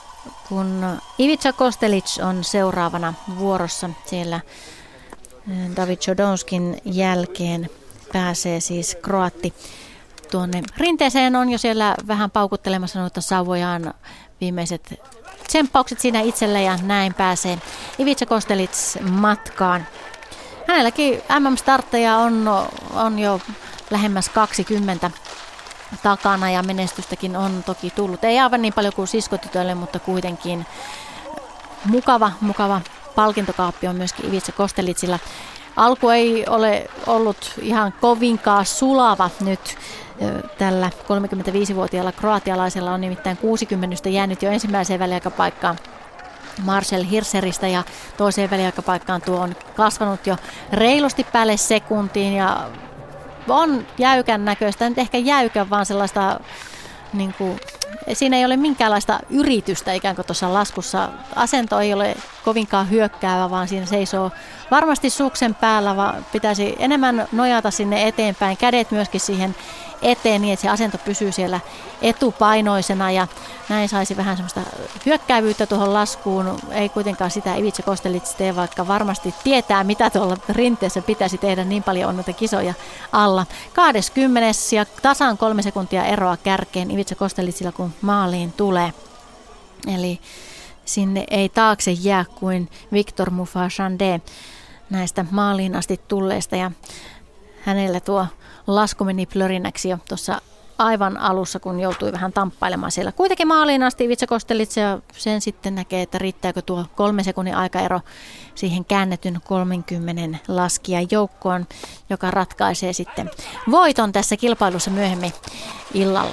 kun Ivica Kostelic on seuraavana vuorossa siellä David Chodonskin jälkeen pääsee siis kroatti tuonne rinteeseen, on jo siellä vähän paukuttelemassa noita sauvojaan viimeiset tsemppaukset siinä itselle ja näin pääsee Ivica Kostelic matkaan. Hänelläkin M M-startteja on, on jo lähemmäs kaksikymmentä takana ja menestystäkin on toki tullut. Ei aivan niin paljon kuin siskotytöille, mutta kuitenkin mukava, mukava palkintokaappi on myöskin Ivica Kostelicilla. Alku ei ole ollut ihan kovinkaan sulava nyt tällä kolmekymmentäviisivuotiaalla kroatialaisella on nimittäin kuusikymmentä jäänyt jo ensimmäiseen väliaikapaikkaan Marcel Hirscheristä ja toiseen väliaikapaikkaan tuo on kasvanut jo reilusti päälle sekuntiin ja on jäykän näköistä, nyt ehkä jäykän, vaan sellaista, niin kuin, siinä ei ole minkäänlaista yritystä ikään kuin tuossa laskussa. Asento ei ole kovinkaan hyökkäävä, vaan siinä seisoo varmasti suksen päällä, vaan pitäisi enemmän nojata sinne eteenpäin, kädet myöskin siihen eteen niin, että se asento pysyy siellä etupainoisena ja näin saisi vähän semmoista hyökkäävyyttä tuohon laskuun. Ei kuitenkaan sitä Ivica Kostelic tee, vaikka varmasti tietää, mitä tuolla rinteessä pitäisi tehdä, niin paljon on noita kisoja alla. kaksikymmentä ja tasan kolme sekuntia eroa kärkeen Ivica Kostelicilla, kun maaliin tulee. Eli sinne ei taakse jää kuin Victor Mouffat-Chandé näistä maaliin asti tulleista ja hänellä tuo lasku meni plörinäksi jo tuossa aivan alussa, kun joutui vähän tamppailemaan siellä. Kuitenkin maaliin asti Ivica Kostelic ja sen sitten näkee, että riittääkö tuo kolme sekunnin aikaero siihen käännetyn kolmenkymmenen laskijan joukkoon, joka ratkaisee sitten voiton tässä kilpailussa myöhemmin illalla.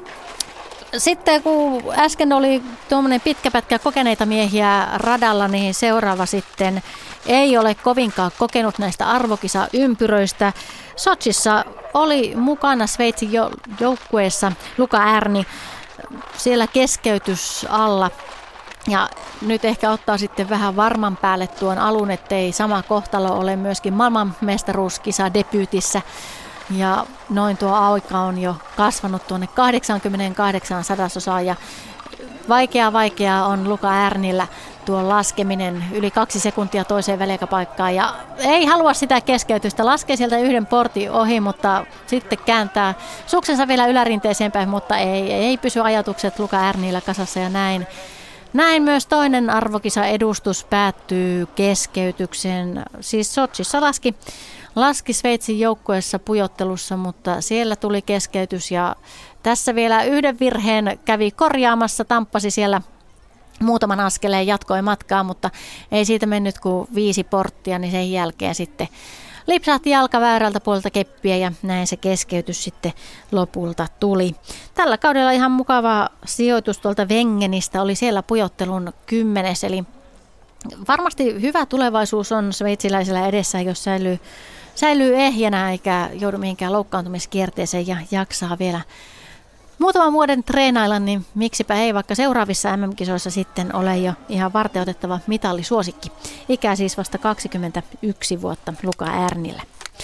Sitten kun äsken oli tuommoinen pitkä pätkä kokeneita miehiä radalla, niin seuraava sitten ei ole kovinkaan kokenut näistä arvokisaympyröistä. Sochissa oli mukana Sveitsin joukkueessa Luca Erni siellä keskeytys alla. Ja nyt ehkä ottaa sitten vähän varman päälle tuon alun, ettei sama kohtalo ole myöskin maailmanmestaruuskisa debyytissä. Ja noin tuo aika on jo kasvanut tuonne kahdeksankymmentäkahdeksan sadasosaan ja vaikeaa vaikeaa on Luca Ernillä tuo laskeminen yli kaksi sekuntia toiseen väliaikapaikkaan ja ei halua sitä keskeytystä, laskee sieltä yhden portin ohi, mutta sitten kääntää suksensa vielä ylärinteeseen päin, mutta ei, ei pysy ajatukset Luca Ernillä kasassa ja näin. Näin myös toinen arvokisa-edustus päättyy keskeytykseen, siis Sochissa laski. Laski Sveitsin joukkueessa pujottelussa, mutta siellä tuli keskeytys ja tässä vielä yhden virheen kävi korjaamassa, tamppasi siellä muutaman askeleen, jatkoi matkaa, mutta ei siitä mennyt kuin viisi porttia, niin sen jälkeen sitten lipsahti jalka väärältä puolelta keppiä ja näin se keskeytys sitten lopulta tuli. Tällä kaudella ihan mukava sijoitus tuolta Wengenistä oli siellä pujottelun kymmenes, eli varmasti hyvä tulevaisuus on sveitsiläisellä edessä, jos säilyy Säilyy ehjänä eikä joudu mihinkään loukkaantumiskierteeseen ja jaksaa vielä muutaman vuoden treenailla, niin miksipä ei, vaikka seuraavissa M M-kisoissa sitten ole jo ihan varteutettava mitallisuosikki. Ikä siis vasta kaksikymmentäyksi vuotta Luca Ernillä.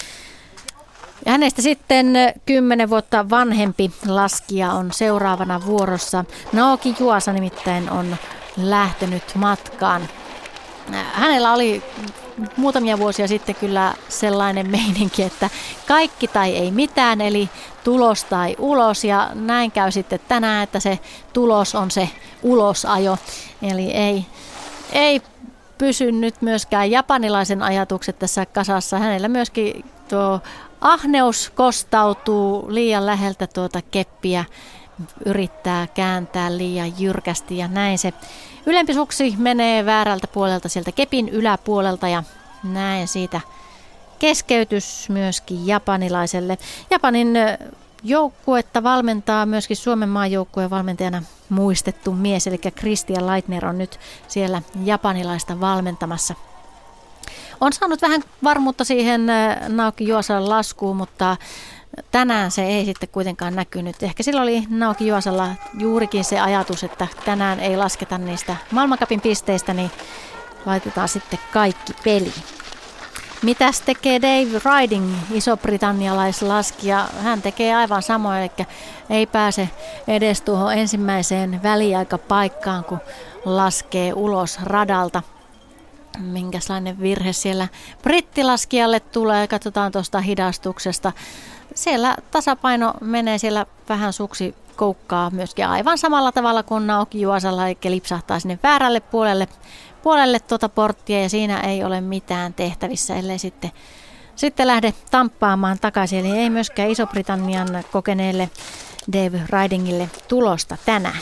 Ja hänestä sitten kymmenen vuotta vanhempi laskija on seuraavana vuorossa. Naoki Juosa nimittäin on lähtenyt matkaan. Hänellä oli muutamia vuosia sitten kyllä sellainen meininki, että kaikki tai ei mitään, eli tulos tai ulos, ja näin käy sitten tänään, että se tulos on se ulosajo, eli ei, ei pysy nyt myöskään japanilaisen ajatukset tässä kasassa. Hänellä myöskin tuo ahneus kostautuu liian läheltä tuota keppiä, yrittää kääntää liian jyrkästi ja näin se ylempi suksi menee väärältä puolelta sieltä kepin yläpuolelta ja näin siitä keskeytys myöskin japanilaiselle. Japanin joukkuetta valmentaa myöskin Suomen maajoukkueen valmentajana muistettu mies, eli Christian Leitner on nyt siellä japanilaista valmentamassa. On saanut vähän varmuutta siihen Naoki Juosan laskuun, mutta tänään se ei sitten kuitenkaan näkynyt. Ehkä sillä oli Naoki Juosalla juurikin se ajatus, että tänään ei lasketa niistä maailmancupin pisteistä, niin laitetaan sitten kaikki peliin. Mitäs tekee Dave Riding, iso-britannialaislaskija? Hän tekee aivan samoin, eli ei pääse edes tuohon ensimmäiseen väliaikapaikkaan, kun laskee ulos radalta. Minkälainen virhe siellä brittilaskijalle tulee, katsotaan tuosta hidastuksesta. Siellä tasapaino menee siellä vähän suksi koukkaa myöskin aivan samalla tavalla kuin Naoki Juosalla, eli lipsahtaa sinne väärälle puolelle, puolelle tuota porttia ja siinä ei ole mitään tehtävissä, ellei sitten, sitten lähde tamppaamaan takaisin. Eli ei myöskään Iso-Britannian kokeneelle Dave Ridingille tulosta tänään.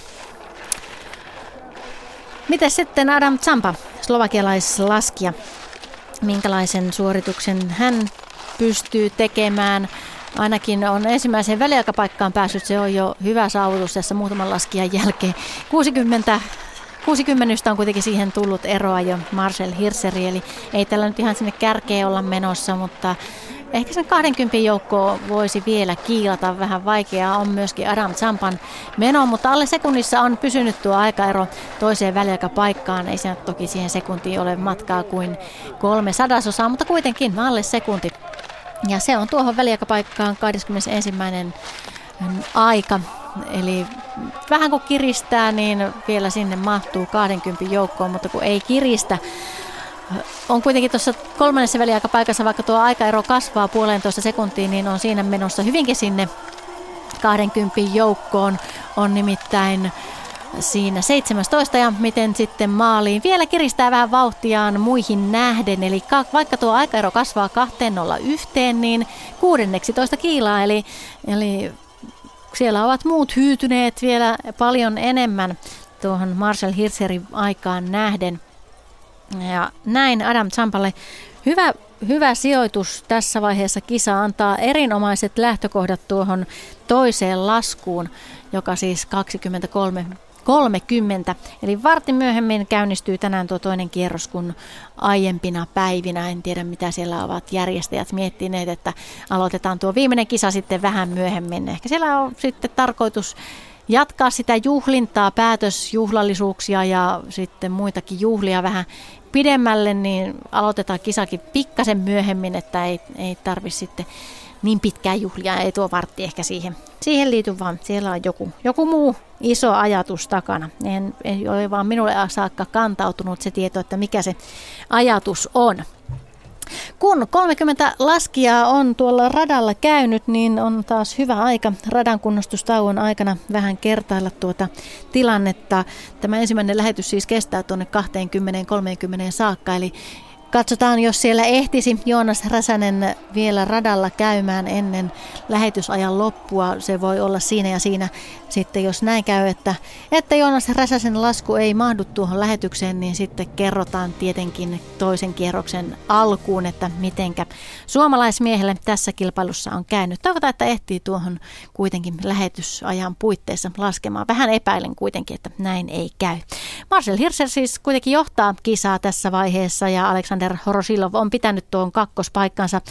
Miten sitten Adam Zampa, slovakialaislaskija, minkälaisen suorituksen hän pystyy tekemään? Ainakin on ensimmäiseen väliaikapaikkaan päässyt, se on jo hyvä saavutus tässä muutaman laskijan jälkeen. kuusikymmentä, kuusikymmentä on kuitenkin siihen tullut eroa jo Marcel Hirseri, eli ei tällä nyt ihan sinne kärkeen olla menossa, mutta ehkä sen kaksikymmentä joukkoa voisi vielä kiilata. Vähän vaikeaa on myöskin Adam Zampan meno, mutta alle sekunnissa on pysynyt tuo aikaero toiseen väliaikapaikkaan. Ei se toki siihen sekuntiin ole matkaa kuin kolme sadasosaa, mutta kuitenkin alle sekunti. Ja se on tuohon väliaikapaikkaan kahdeskymmenesensimmäinen aika. Eli vähän kun kiristää, niin vielä sinne mahtuu kaksikymmentä joukkoon, mutta kun ei kiristä, on kuitenkin tuossa kolmannessa väliaikapaikassa, vaikka tuo aikaero kasvaa puolentoista sekuntiin, niin on siinä menossa hyvinkin sinne kaksikymmentä joukkoon. On nimittäin siinä seitsemäntoista ja miten sitten maaliin. Vielä kiristää vähän vauhtiaan muihin nähden, eli vaikka tuo aikaero kasvaa kaksi nolla yksi, niin kuudenneksitoista kiilaa, eli, eli siellä ovat muut hyytyneet vielä paljon enemmän tuohon Marcel Hirserin aikaan nähden. Ja näin Adam Zampalle hyvä, hyvä sijoitus tässä vaiheessa kisa antaa erinomaiset lähtökohdat tuohon toiseen laskuun, joka siis kaksikymmentäkolme kolmekymmentä. Eli vartin myöhemmin käynnistyy tänään tuo toinen kierros kuin aiempina päivinä. En tiedä mitä siellä ovat järjestäjät miettineet, että aloitetaan tuo viimeinen kisa sitten vähän myöhemmin. Ehkä siellä on sitten tarkoitus jatkaa sitä juhlintaa, päätösjuhlallisuuksia ja sitten muitakin juhlia vähän pidemmälle, niin aloitetaan kisakin pikkasen myöhemmin, että ei, ei tarvitse sitten niin pitkään juhlia, ei tuo vartti ehkä siihen, siihen liity, vaan siellä on joku, joku muu iso ajatus takana. En, ei ole vaan minulle saakka kantautunut se tieto, että mikä se ajatus on. Kun kolmekymmentä laskijaa on tuolla radalla käynyt, niin on taas hyvä aika radan kunnostustauon aikana vähän kertailla tuota tilannetta. Tämä ensimmäinen lähetys siis kestää tuonne kaksikymmentä kolmekymmentä saakka, eli katsotaan, jos siellä ehtisi Joonas Räsänen vielä radalla käymään ennen lähetysajan loppua. Se voi olla siinä ja siinä sitten, jos näin käy, että, että Joonas Räsäsen lasku ei mahdu tuohon lähetykseen, niin sitten kerrotaan tietenkin toisen kierroksen alkuun, että mitenkä suomalaismiehelle tässä kilpailussa on käynyt. Toivotaan, että ehtii tuohon kuitenkin lähetysajan puitteissa laskemaan. Vähän epäilen kuitenkin, että näin ei käy. Marcel Hirscher siis kuitenkin johtaa kisaa tässä vaiheessa ja Alexander Horoshilov on pitänyt tuon kakkospaikkansa.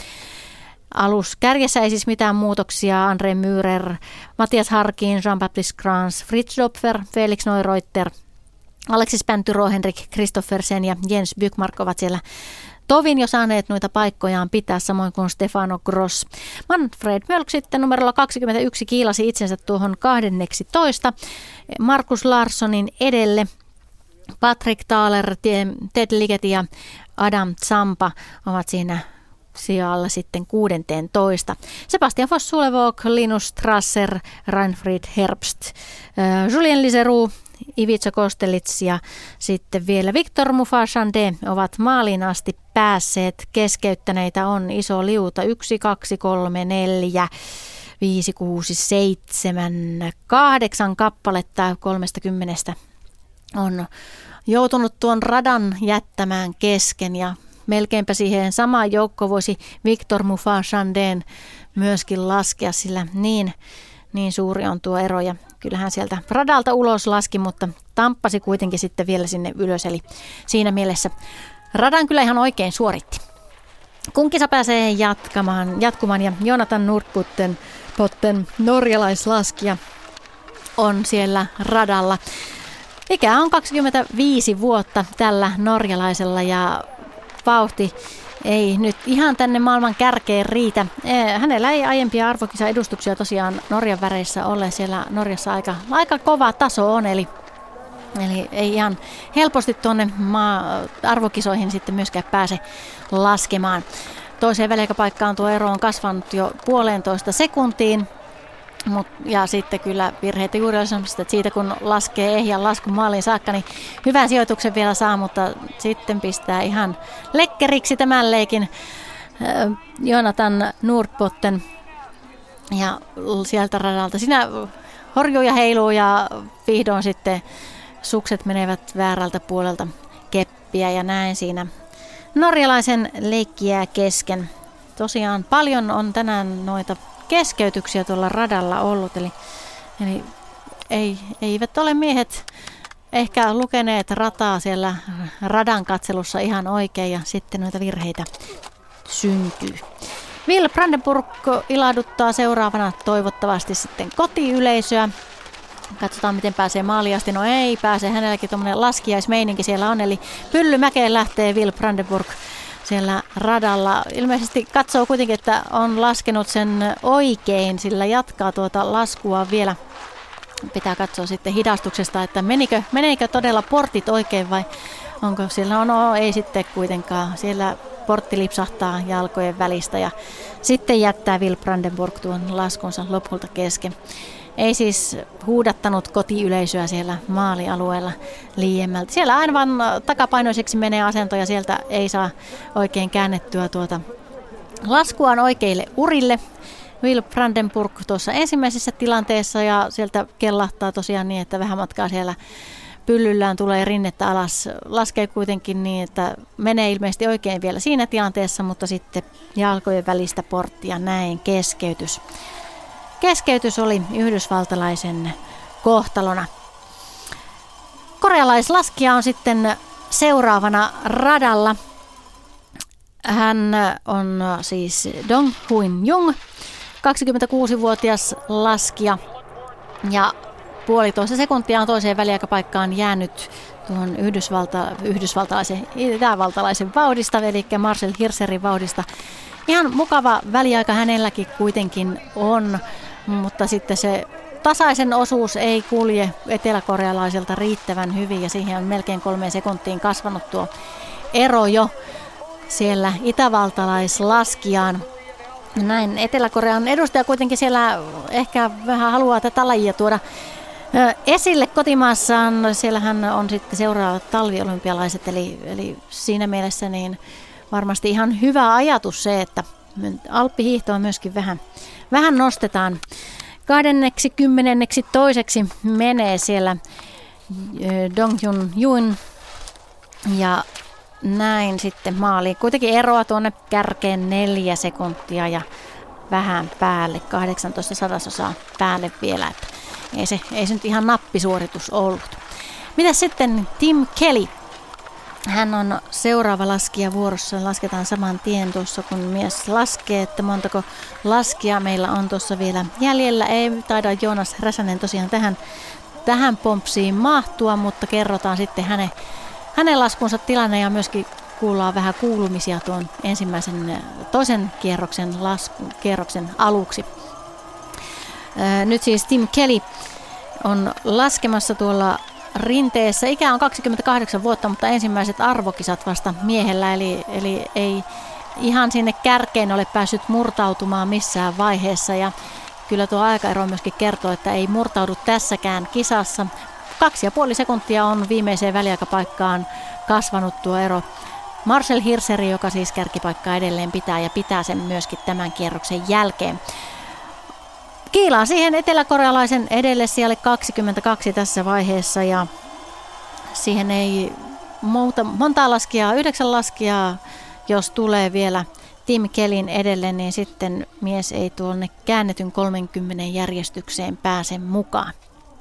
Aluskärjessä ei siis mitään muutoksia. Andre Mürer, Matthias Harkin, Jean-Baptiste Grans, Fritz Dopfer, Felix Neureuter, Alexis Päntyro, Henrik Kristoffersen ja Jens Bykmark ovat siellä tovin jo saaneet noita paikkojaan pitää, samoin kuin Stefano Gross. Manfred Mölk sitten numerolla kaksikymmentäyksi kiilasi itsensä tuohon kahdenneksitoista Markus Larssonin edelle. Patrick Thaler, Ted Liget ja Adam Zampa ovat siinä sijalla sitten kuudententoista. Sebastian Voss-Sulevok, Linus Strasser, Reinfried Herbst, Julien Liseroux, Ivica Kostelits ja sitten vielä Victor Mufashande ovat maaliin asti päässeet. Keskeyttäneitä on iso liuta yksi, kaksi, kolme, neljä, viisi, kuusi, seitsemän, kahdeksan kappaletta kolmestakymmenestä on joutunut tuon radan jättämään kesken ja melkeinpä siihen samaan joukkoon voisi Victor Mufashanden myöskin laskea, sillä niin, niin suuri on tuo ero ja kyllähän sieltä radalta ulos laski, mutta tamppasi kuitenkin sitten vielä sinne ylös, eli siinä mielessä radan kyllä ihan oikein suoritti. Kun kisa pääsee jatkamaan, jatkumaan ja Jonathan Nordputten potten norjalaislaskija on siellä radalla. Ikä on kaksikymmentäviisi vuotta tällä norjalaisella ja vauhti ei nyt ihan tänne maailman kärkeen riitä. Hänellä ei aiempia arvokisa-edustuksia tosiaan Norjan väreissä ole. Siellä Norjassa aika, aika kova taso on, eli Eli ei ihan helposti tuonne maa- arvokisoihin sitten myöskään pääse laskemaan. Toiseen väliaikapaikkaan tuo ero on kasvanut jo puolentoista sekuntiin. Mut, ja sitten kyllä virheitä juuri on sellaista, että siitä kun laskee ehjän laskun maaliin saakka, niin hyvän sijoituksen vielä saa, mutta sitten pistää ihan lekkeriksi tämän leikin äh, Jonathan Nordbotten. Ja sieltä radalta siinä horjuu ja heiluu ja vihdoin sitten sukset menevät väärältä puolelta keppiä ja näin siinä norjalaisen leikkiä kesken. Tosiaan paljon on tänään noita keskeytyksiä tuolla radalla ollut, eli, eli ei, eivät ole miehet ehkä lukeneet rataa siellä radan katselussa ihan oikein ja sitten noita virheitä syntyy. Will Brandenburg ilahduttaa seuraavana toivottavasti sitten kotiyleisöä. Katsotaan miten pääsee maaliin asti. No ei pääse, hänelläkin tuommoinen laskiaismeininki siellä on, eli Pyllymäkeen lähtee Will Brandenburg siellä radalla. Ilmeisesti katsoo kuitenkin, että on laskenut sen oikein, sillä jatkaa tuota laskua vielä. Pitää katsoa sitten hidastuksesta, että menikö, menikö todella portit oikein vai onko siellä, no, no ei sitten kuitenkaan. Siellä portti lipsahtaa jalkojen välistä ja sitten jättää Will Brandenburg tuon laskunsa lopulta kesken. Ei siis huudattanut kotiyleisöä siellä maalialueella liiemmältä. Siellä aina vaan takapainoiseksi menee asento ja sieltä ei saa oikein käännettyä tuota laskuaan oikeille urille. Will Brandenburg tuossa ensimmäisessä tilanteessa ja sieltä kellahtaa tosiaan niin, että vähän matkaa siellä pyllyllään tulee rinnettä alas. Laskee kuitenkin niin, että menee ilmeisesti oikein vielä siinä tilanteessa, mutta sitten jalkojen välistä porttia näin keskeytys. Keskeytys oli yhdysvaltalaisen kohtalona. Korealaislaskija on sitten seuraavana radalla. Hän on siis Dong Huin Jung, kaksikymmentäkuusivuotias laskija ja puolitoista sekuntia on toiseen väliaikapaikkaan jäänyt tuon Yhdysvalta, yhdysvaltalaisen, itävaltalaisen vauhdista, eli Marcel Hirscherin vauhdista. Ihan mukava väliaika hänelläkin kuitenkin on, mutta sitten se tasaisen osuus ei kulje eteläkorealaiselta riittävän hyvin ja siihen on melkein kolmeen sekuntiin kasvanut tuo ero jo siellä itävaltalaislaskijaan. Näin Etelä-Korean edustaja kuitenkin siellä ehkä vähän haluaa tätä lajia tuoda esille kotimaassaan. Siellähän on sitten seuraavat talviolympialaiset, eli, eli siinä mielessä niin varmasti ihan hyvä ajatus se, että alppihiihtoa myöskin vähän, vähän nostetaan. Kahdenneksi kymmenenneksi toiseksi menee siellä Dongjun Jun ja näin sitten maaliin. Kuitenkin eroa tuonne kärkeen neljä sekuntia ja vähän päälle, kahdeksantoista sadasosaa päälle vielä. Että ei, se, ei se nyt ihan nappisuoritus ollut. Mitäs sitten Tim Kelly? Hän on seuraava laskija vuorossa. Lasketaan saman tien tuossa, kun mies laskee, että montako laskijaa meillä on tuossa vielä jäljellä. Ei taida Joonas Räsänen tosiaan tähän, tähän pompsiin mahtua, mutta kerrotaan sitten hänen, hänen laskunsa tilanne ja myöskin kuullaan vähän kuulumisia tuon ensimmäisen, toisen kierroksen, lasku, kierroksen aluksi. Nyt siis Tim Kelly on laskemassa tuolla rinteessä. Ikä on kaksikymmentäkahdeksan vuotta, mutta ensimmäiset arvokisat vasta miehellä, eli, eli ei ihan sinne kärkeen ole päässyt murtautumaan missään vaiheessa. Ja kyllä tuo aikaero myöskin kertoo, että ei murtaudu tässäkään kisassa. Kaksi ja puoli sekuntia on viimeiseen väliaikapaikkaan kasvanut tuo ero. Marcel Hirscheri, joka siis kärkipaikkaa edelleen pitää ja pitää sen myöskin tämän kierroksen jälkeen. Kiilaa siihen eteläkorealaisen edelle siellä kaksikymmentäkaksi tässä vaiheessa ja siihen ei muuta, montaa laskijaa, yhdeksän laskijaa, jos tulee vielä Tim Kellyn edelle, niin sitten mies ei tuonne käännetyn kolmenkymmenen järjestykseen pääse mukaan.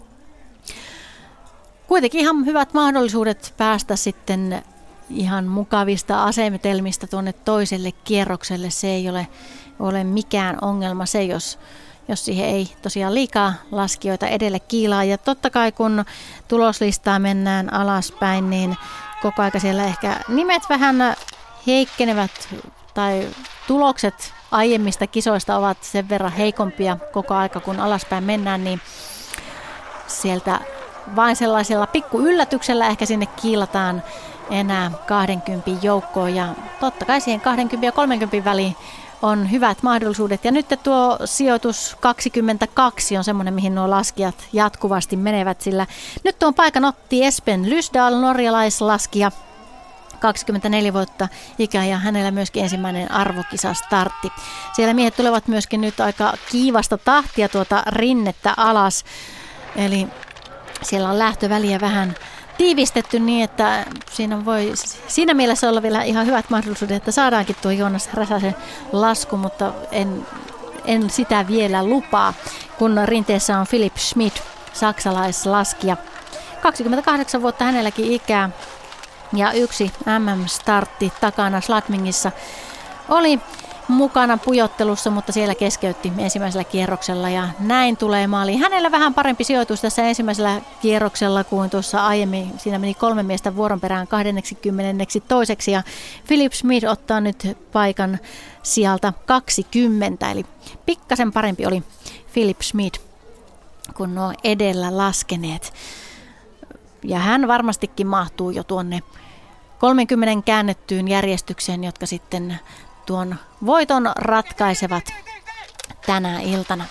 Kuitenkin ihan hyvät mahdollisuudet päästä sitten ihan mukavista asetelmista tuonne toiselle kierrokselle. Se ei ole, ole mikään ongelma se, jos jos siihen ei tosiaan liikaa laskijoita edelle kiilaa. Ja totta kai kun tuloslistaa mennään alaspäin, niin koko aika siellä ehkä nimet vähän heikkenevät tai tulokset aiemmista kisoista ovat sen verran heikompia koko aika kun alaspäin mennään, niin sieltä vain sellaisella pikku yllätyksellä ehkä sinne kiilataan enää kaksikymmentä joukkoon ja totta kai siihen kaksikymmentä ja kolmekymmentä väliin on hyvät mahdollisuudet. Ja nyt tuo sijoitus kaksikymmentäkaksi on semmoinen, mihin nuo laskijat jatkuvasti menevät, sillä nyt tuon paikan otti Espen Lysdal, norjalaislaskija, kaksikymmentäneljä vuotta ikä ja hänellä myöskin ensimmäinen arvokisastartti. Siellä miehet tulevat myöskin nyt aika kiivasta tahtia tuota rinnettä alas, eli siellä on lähtöväliä vähän tiivistetty niin, että siinä voi siinä mielessä olla vielä ihan hyvät mahdollisuudet, että saadaankin tuo Joonas Räsäsen lasku, mutta en, en sitä vielä lupaa, kun rinteessä on Philipp Schmid, saksalaislaskija. kaksikymmentäkahdeksan vuotta hänelläkin ikää ja yksi M M-startti takana Schladmingissa. Oli mukana pujottelussa, mutta siellä keskeytti ensimmäisellä kierroksella ja näin tulee maaliin. Hänellä vähän parempi sijoitus tässä ensimmäisellä kierroksella kuin tuossa aiemmin. Siinä meni kolme miestä vuoron perään kaksikymmentä toiseksi ja Philipp Schmid ottaa nyt paikan sieltä kaksikymmentä, eli pikkasen parempi oli Philipp Schmid kuin nuo edellä laskeneet. Ja hän varmastikin mahtuu jo tuonne kolmenkymmenen käännettyyn järjestykseen, jotka sitten tuon voiton ratkaisevat tänä iltana.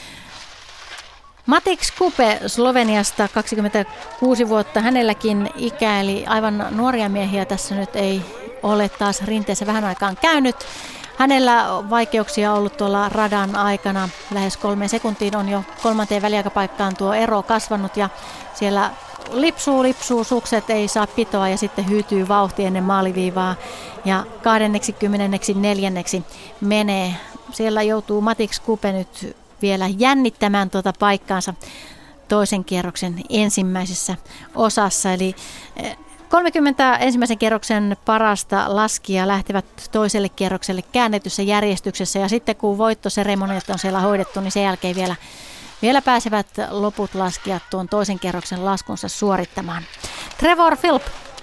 Matix Kupe Sloveniasta, kaksikymmentäkuusi vuotta, hänelläkin ikä, eli aivan nuoria miehiä tässä nyt ei ole taas rinteessä vähän aikaan käynyt. Hänellä on vaikeuksia ollut tuolla radan aikana, lähes kolmeen sekuntiin on jo kolmanteen väliaikapaikkaan tuo ero kasvanut ja siellä lipsuu, lipsuu, sukset ei saa pitoa ja sitten hyytyy vauhti ennen maaliviivaa ja kaksikymmentäneljä menee. Siellä joutuu Matix Kupe nyt vielä jännittämään tuota paikkaansa toisen kierroksen ensimmäisessä osassa. Eli kolmekymmentä ensimmäisen kierroksen parasta laskijaa lähtevät toiselle kierrokselle käännetyssä järjestyksessä ja sitten kun voittoseremoniat on siellä hoidettu, niin sen jälkeen vielä Vielä pääsevät loput laskijat tuon toisen kerroksen laskunsa suorittamaan. Trevor Philp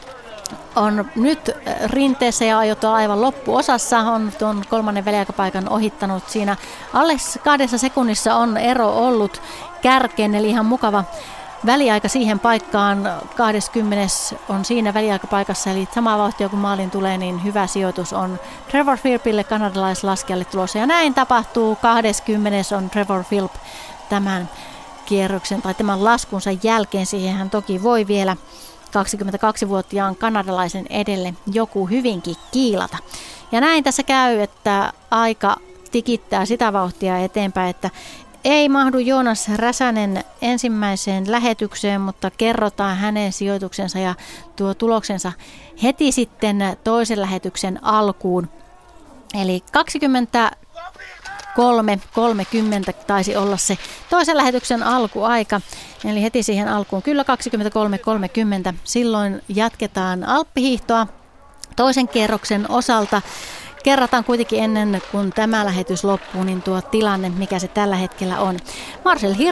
on nyt rinteessä ja ajotaan aivan loppuosassa. On tuon kolmannen väliaikapaikan ohittanut. Siinä alle kahdessa sekunnissa on ero ollut kärkeen, eli ihan mukava väliaika siihen paikkaan. kaksikymmentä on siinä väliaikapaikassa, eli sama vauhtia kun maalin tulee, niin hyvä sijoitus on Trevor Philpille, kanadalaislaskijalle tulossa. Ja näin tapahtuu. kaksikymmentä on Trevor Philp tämän kierroksen tai tämän laskunsa jälkeen. Siihen hän toki voi vielä kaksikymmentäkaksivuotiaan kanadalaisen edelle joku hyvinkin kiilata. Ja näin tässä käy, että aika tikittää sitä vauhtia eteenpäin, että ei mahdu Joonas Räsänen ensimmäiseen lähetykseen, mutta kerrotaan hänen sijoituksensa ja tuo tuloksensa heti sitten toisen lähetyksen alkuun. Eli kaksikymmentäkolme kolmekymmentä taisi olla se toisen lähetyksen alkuaika. Eli heti siihen alkuun kyllä kaksikymmentäkolme kolmekymmentä. Silloin jatketaan alppihiihtoa toisen kierroksen osalta. Kerrataan kuitenkin ennen kuin tämä lähetys loppuu, niin tuo tilanne, mikä se tällä hetkellä on. Marcel Hirschi